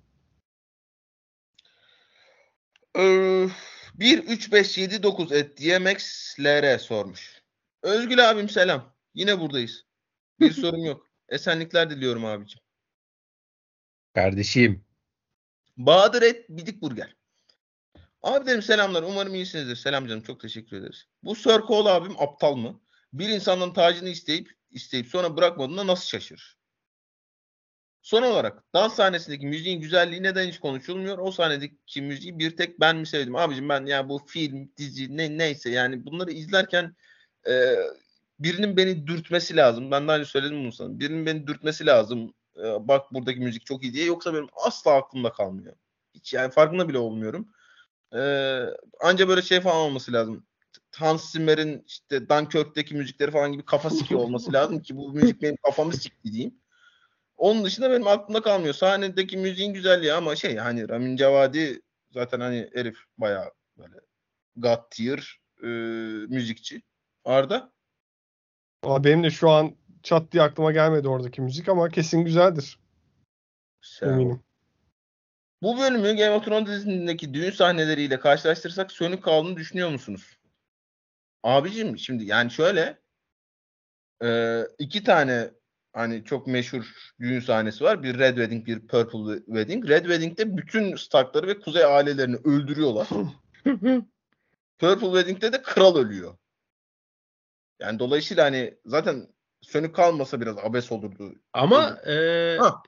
1-3-5-7-9 @DMXLR sormuş. Özgül abim selam. Yine buradayız. Bir sorum yok. Esenlikler diliyorum abicim. Kardeşim. Bahadır Bidik Burger. Abi dedim selamlar. Umarım iyisinizdir. Selam canım. Çok teşekkür ederiz. Bu Sir Cole abim aptal mı? Bir insanın tacını isteyip sonra bırakmadığında nasıl şaşırır? Son olarak dans sahnesindeki müziğin güzelliği neden hiç konuşulmuyor? O sahnedeki müziği bir tek ben mi sevdim? Abicim ben ya bu film, dizi neyse yani bunları izlerken birinin beni dürtmesi lazım. Ben daha önce söyledim bunu sana. Birinin beni dürtmesi lazım. Bak buradaki müzik çok iyi diye. Yoksa benim asla aklımda kalmıyor. Hiç yani farkında bile olmuyorum. Anca böyle şey falan olması lazım. Hans Zimmer'in işte Dunkirk'teki müzikleri falan gibi kafa sikiyor olması lazım ki bu müzik benim kafamı sikti diyeyim. Onun dışında benim aklımda kalmıyor. Sahnedeki müziğin güzelliği ama hani Ramin Cevadi zaten hani herif bayağı böyle God tier müzikçi. Arda? Valla benim de şu an çat diye aklıma gelmedi oradaki müzik ama kesin güzeldir. Eminim. Bu bölümü Game of Thrones dizisindeki düğün sahneleriyle karşılaştırırsak sönük kaldığını düşünüyor musunuz? Abicim şimdi yani şöyle iki tane hani çok meşhur düğün sahnesi var. Bir Red Wedding, bir Purple Wedding. Red Wedding'de bütün Stark'ları ve kuzey ailelerini öldürüyorlar. Purple Wedding'de de kral ölüyor. Yani dolayısıyla hani zaten sönük kalmasa biraz abes olurdu. Ama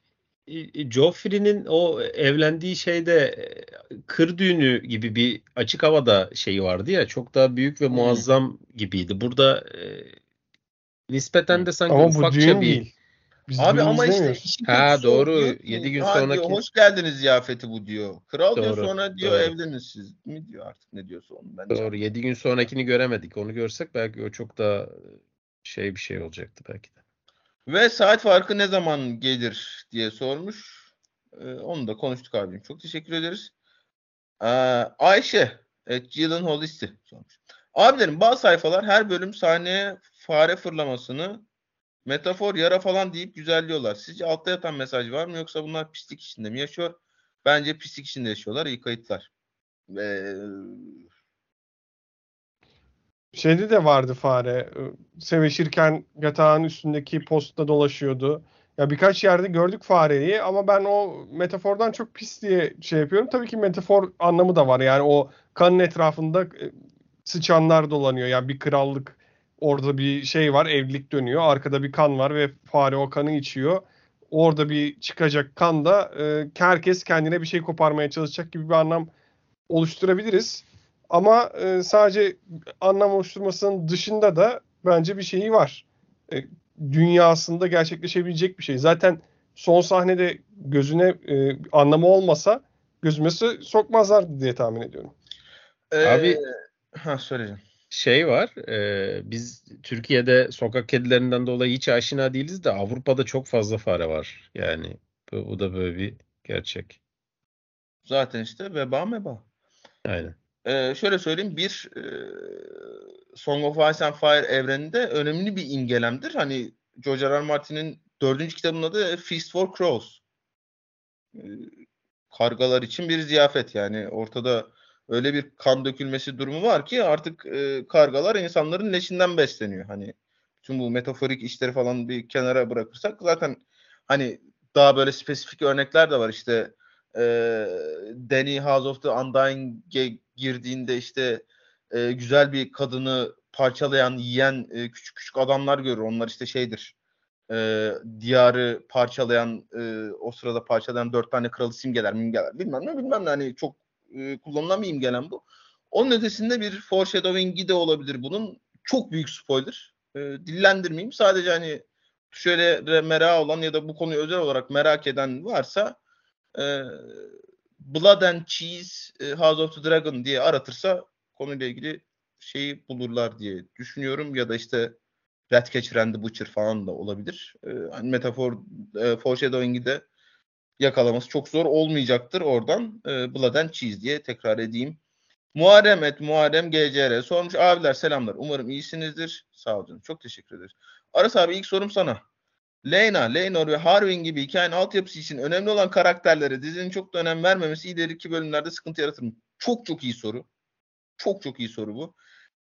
Joffrey'nin o evlendiği şeyde kır düğünü gibi bir açık havada şeyi vardı ya, çok daha büyük ve muazzam gibiydi. Burada nispeten de sanki Ama bu ufakça düğün bir değil. Biz Abi düğün ama işte izlemiyoruz. işin ha kötüsü o, doğru diyor 7 ki gün ha diyor sonraki hoş geldiniz ziyafeti bu diyor. Kral diyor doğru sonra diyor doğru evlenin siz mi diyor artık ne diyorsa onu ben hiç doğru anlamadım. 7 gün sonrakini göremedik. Onu görsek belki o çok daha şey bir şey olacaktı belki de. Ve saat farkı ne zaman gelir diye sormuş. Onu da konuştuk abim. Çok teşekkür ederiz. Ayşe Gyllenhaal listi sormuş. Abilerim bazı sayfalar her bölüm sahneye fare fırlamasını metafor yara falan deyip güzelliyorlar. Sizce altta yatan mesaj var mı yoksa bunlar pislik içinde mi yaşıyor? Bence pislik içinde yaşıyorlar. İyi kayıtlar. Ve Şeyde de vardı fare. Sevişirken yatağın üstündeki postta dolaşıyordu. Ya birkaç yerde gördük fareyi ama ben o metafordan çok pis diye şey yapıyorum. Tabii ki metafor anlamı da var. Yani o kanın etrafında sıçanlar dolanıyor. Yani bir krallık, orada bir şey var, evlilik dönüyor. Arkada bir kan var ve fare o kanı içiyor. Orada bir çıkacak kan da herkes kendine bir şey koparmaya çalışacak gibi bir anlam oluşturabiliriz. Ama sadece anlam oluşturmasının dışında da bence bir şeyi var. Dünyasında gerçekleşebilecek bir şey. Zaten son sahnede gözüne anlamı olmasa gözüme sokmazlardı diye tahmin ediyorum. Abi söyleyeceğim. şey var, biz Türkiye'de sokak kedilerinden dolayı hiç aşina değiliz de Avrupa'da çok fazla fare var. Yani bu da böyle bir gerçek. Zaten işte veba meba. Aynen. Şöyle söyleyeyim Song of Ice and Fire evreninde önemli bir imgelemdir. Hani George R. R. Martin'in 4. kitabının adı Feast for Crows. Ee, Kargalar için bir ziyafet yani ortada öyle bir kan dökülmesi durumu var ki artık kargalar insanların leşinden besleniyor. Hani tüm bu metaforik işleri falan bir kenara bırakırsak zaten hani daha böyle spesifik örnekler de var işte e, Danny House of the Undying'e girdiğinde işte güzel bir kadını parçalayan, yiyen küçük küçük adamlar görür. Onlar işte şeydir. Diyarı parçalayan o sırada parçalayan 4 tane kralı simgeler bilmem ne hani çok kullanılan bir imgelen bu. Onun ötesinde bir foreshadowing'i de olabilir bunun. Çok büyük spoiler. Dillendirmeyeyim. Sadece hani şöyle merak olan ya da bu konuyu özel olarak merak eden varsa Blood and Cheese House of the Dragon diye aratırsa konuyla ilgili şeyi bulurlar diye düşünüyorum ya da işte Ratcatcher and the Butcher falan da olabilir. Hani metafor foreshadowing'i de yakalaması çok zor olmayacaktır oradan. Blood and Cheese diye tekrar edeyim. Muharrem GCR sormuş. Abiler selamlar. Umarım iyisinizdir. Sağ olun. Çok teşekkür ederiz. Aras abi ilk sorum sana. Lena, Lenor ve Harwin gibi hikayenin altyapısı için önemli olan karakterlere dizinin çok da önem vermemesi ileriki bölümlerde sıkıntı yaratır mı? Çok çok iyi soru. Çok çok iyi soru bu.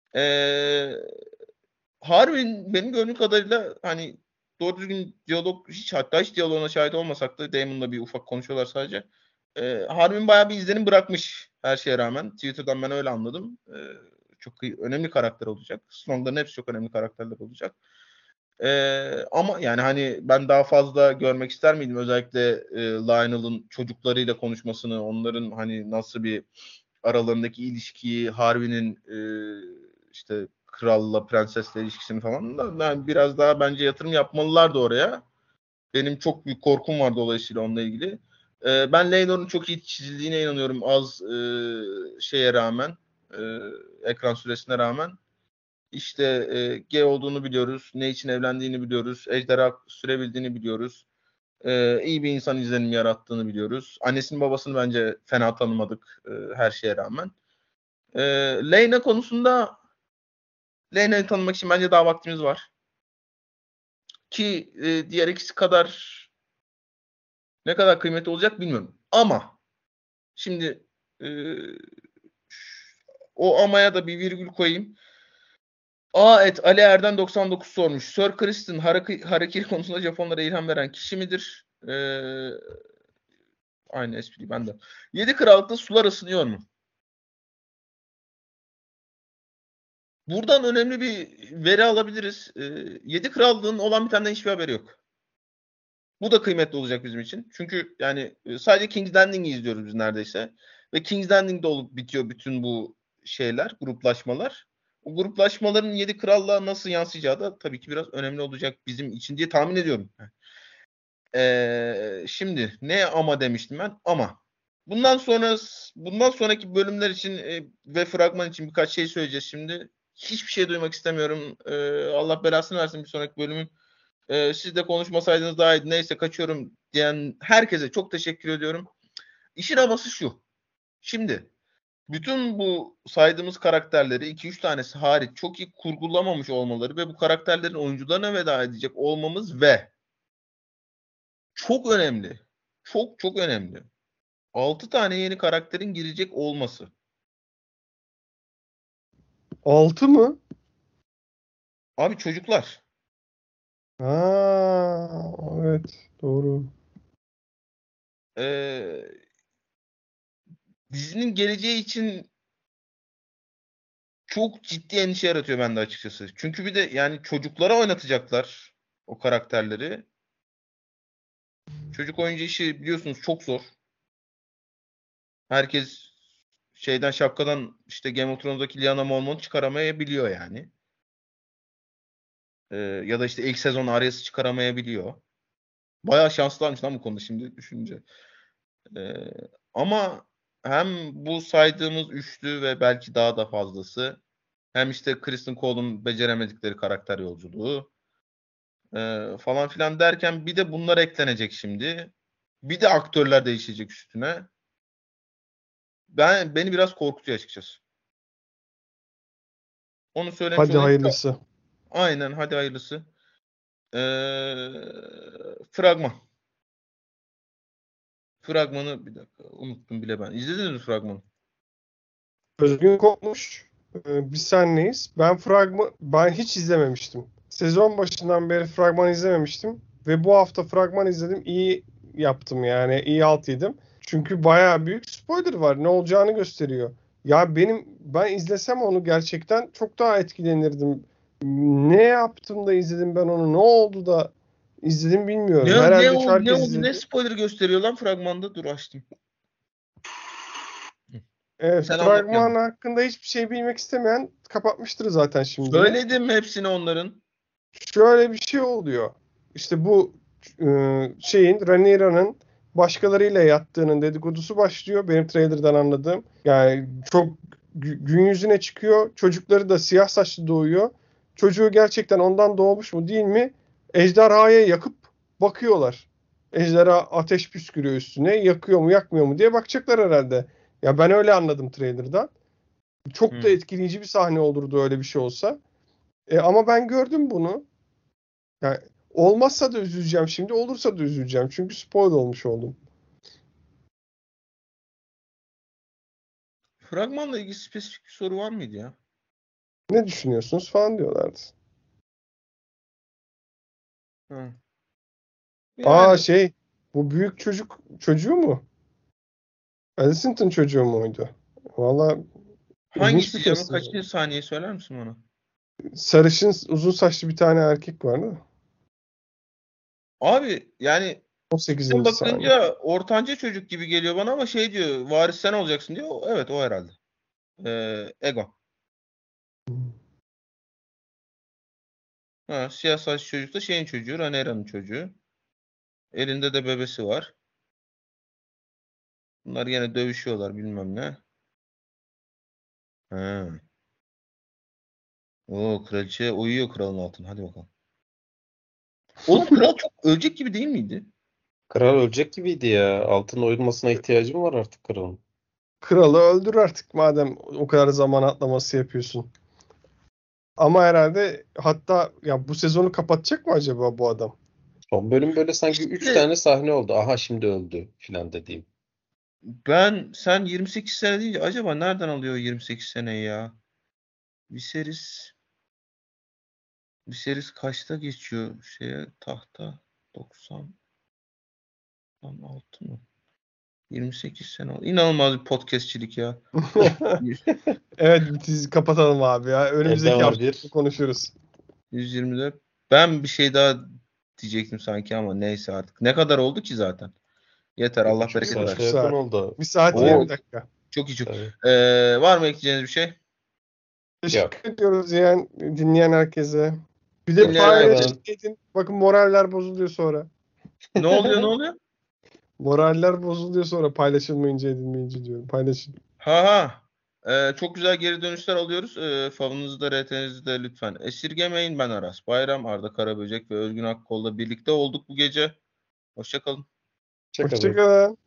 Harvey'in benim gördüğüm kadarıyla hani doğru düzgün diyalog hatta hiç diyaloğuna şahit olmasak da Damon'la bir ufak konuşuyorlar sadece. Harvey'in bayağı bir izlenim bırakmış her şeye rağmen. Twitter'dan ben öyle anladım. Çok önemli karakter olacak. Strong'ların hepsi çok önemli karakterler olacak. Ama yani hani ben daha fazla görmek ister miydim? Özellikle Lionel'ın çocuklarıyla konuşmasını, onların hani nasıl bir aralarındaki ilişkiyi, Harvey'nin işte kralla prensesle ilişkisini falan da yani biraz daha bence yatırım yapmalılardı oraya. Benim çok büyük korkum var dolayısıyla onunla ilgili. Ben Leynor'un çok iyi çizildiğine inanıyorum az şeye rağmen ekran süresine rağmen. İşte gay olduğunu biliyoruz. Ne için evlendiğini biliyoruz. Ejderha sürebildiğini biliyoruz. İyi bir insan izlenimi yarattığını biliyoruz. Annesini babasını bence fena tanımadık her şeye rağmen. Leyna konusunda Leyna'yı tanımak için bence daha vaktimiz var. Ki diğer ikisi kadar ne kadar kıymetli olacak bilmiyorum. Ama şimdi o amaya da bir virgül koyayım. Ali Erden 99 sormuş. Sir Kristen harakiri konusunda Japonlara ilham veren kişi midir? Aynı espriyi ben de. 7 Krallık'ta sular ısınıyor mu? Buradan önemli bir veri alabiliriz. 7 Krallığın olan bitenden hiçbir haberi yok. Bu da kıymetli olacak bizim için. Çünkü yani sadece King's Landing'i izliyoruz biz neredeyse. Ve King's Landing'de olup bitiyor bütün bu şeyler, gruplaşmalar. O gruplaşmaların 7 krallığa nasıl yansıyacağı da tabii ki biraz önemli olacak bizim için diye tahmin ediyorum. Şimdi ne ama demiştim ben? Ama. Bundan sonraki bölümler için ve fragman için birkaç şey söyleyeceğiz şimdi. Hiçbir şey duymak istemiyorum. Allah belasını versin bir sonraki bölümün. Siz de konuşmasaydınız daha iyiydi. Neyse kaçıyorum diyen herkese çok teşekkür ediyorum. İşin aması şu. Şimdi bütün bu saydığımız karakterleri 2-3 tanesi hariç çok iyi kurgulamamış olmaları ve bu karakterlerin oyuncularına veda edecek olmamız ve çok önemli. Çok çok önemli. 6 tane yeni karakterin girecek olması. 6 mı? Abi çocuklar. Evet. Doğru. Dizinin geleceği için çok ciddi endişe yaratıyor bende açıkçası. Çünkü bir de yani çocuklara oynatacaklar o karakterleri. Çocuk oyuncu işi biliyorsunuz çok zor. Herkes şapkadan işte Game of Thrones'daki Lyanna Mormont'u çıkaramayabiliyor yani. Ya da işte ilk sezon Arya'sı çıkaramayabiliyor. Bayağı şanslılarmış lan bu konuda şimdi düşününce. Ama hem bu saydığımız üçlü ve belki daha da fazlası hem işte Kristen Cole'un beceremedikleri karakter yolculuğu falan filan derken bir de bunlar eklenecek şimdi. Bir de aktörler değişecek üstüne. Beni biraz korkutuyor açıkçası. Onu söylemiş Hadi olayım. hayırlısı. Aynen hadi hayırlısı. Fragman. Fragmanı bir dakika unuttum bile ben. İzlediniz mi fragmanı? Özgün Kokmuş. Biz senleyiz. Ben hiç izlememiştim. Sezon başından beri fragman izlememiştim. Ve bu hafta fragman izledim. İyi yaptım yani. İyi halt yedim. Çünkü bayağı büyük spoiler var. Ne olacağını gösteriyor. Ya ben izlesem onu gerçekten çok daha etkilenirdim. Ne yaptım da izledim ben onu? Ne oldu da izledim bilmiyorum. Herhalde Ne herkes oldu? izledi. Ne spoiler gösteriyor lan fragmanda? Dur açtım. Evet, Sen anlat fragman yani. hakkında hiçbir şey bilmek istemeyen kapatmıştır zaten şimdi. Söyledim hepsini onların. Şöyle bir şey oluyor. İşte bu Rhaenyra'nın başkalarıyla yattığının dedikodusu başlıyor. Benim trailer'dan anladığım. Yani çok gün yüzüne çıkıyor. Çocukları da siyah saçlı doğuyor. Çocuğu gerçekten ondan doğmuş mu değil mi? Ejderhaya yakıp bakıyorlar. Ejderha ateş püskürüyor üstüne. Yakıyor mu yakmıyor mu diye bakacaklar herhalde. Ya ben öyle anladım trailer'dan. Çok da etkileyici bir sahne olurdu öyle bir şey olsa. Ama ben gördüm bunu. Yani olmazsa da üzüleceğim şimdi, olursa da üzüleceğim. Çünkü spoil olmuş oldum. Fragmanla ilgili spesifik bir soru var mıydı ya? Ne düşünüyorsunuz falan diyorlardı. Ha. Bu büyük çocuğu mu? Alicent'ın çocuğu muydu? Valla ilginç bir Hangisi canım? casting. Kaçıncı saniye söyler misin bana? Sarışın, uzun saçlı bir tane erkek vardı. Abi yani 18. sen saniye. bakınca ortanca çocuk gibi geliyor bana ama şey diyor varis sen olacaksın diyor. Evet o herhalde. Ego. Ha, siyah saçlı çocuk da şeyin çocuğu. Rhaenyra'nın çocuğu. Elinde de bebesi var. Bunlar yine dövüşüyorlar bilmem ne. Ha. Oo kraliçe uyuyor kralın altına. Hadi bakalım. Oğlum kral çok ölecek gibi değil miydi? Kral ölecek gibiydi ya. Altın oyulmasına ihtiyacım var artık kralın. Kralı öldür artık madem o kadar zaman atlaması yapıyorsun. Ama herhalde hatta ya bu sezonu kapatacak mı acaba bu adam? Son bölüm böyle sanki 3 İşte tane sahne oldu. Aha şimdi öldü filan dediğim. sen 28 sene deyince acaba nereden alıyor 28 seneyi ya? Viserys kaçta geçiyor tahta? 96 mı? 28 sene oldu. İnanılmaz bir podcastçilik ya. Evet biz kapatalım abi ya. Önümüzdeki Elde var hafta bir. konuşuruz. 124. Ben bir şey daha diyecektim sanki ama neyse artık. Ne kadar oldu ki zaten? Yeter, Allah Çok bereket iyi. versin. Saat. Yakın oldu. 1 saat Oo. 20 dakika. Çok iyi çok. Evet. Var mı ekleyeceğiniz bir şey? Teşekkür ediyoruz dinleyen herkese. Bir de Dinleyen paylaşın edin. Bakın moraller bozuluyor sonra. Ne oluyor ne oluyor? Moraller bozuluyor sonra paylaşılmayınca edilmeyince diyorum. Paylaşın. Ha. Çok güzel geri dönüşler alıyoruz. Favınızı da RT'nizi de lütfen esirgemeyin. Ben Aras Bayram, Arda Karaböcek ve Özgün Akkol'la birlikte olduk bu gece. Hoşça kalın. Çakalın. Hoşçakalın.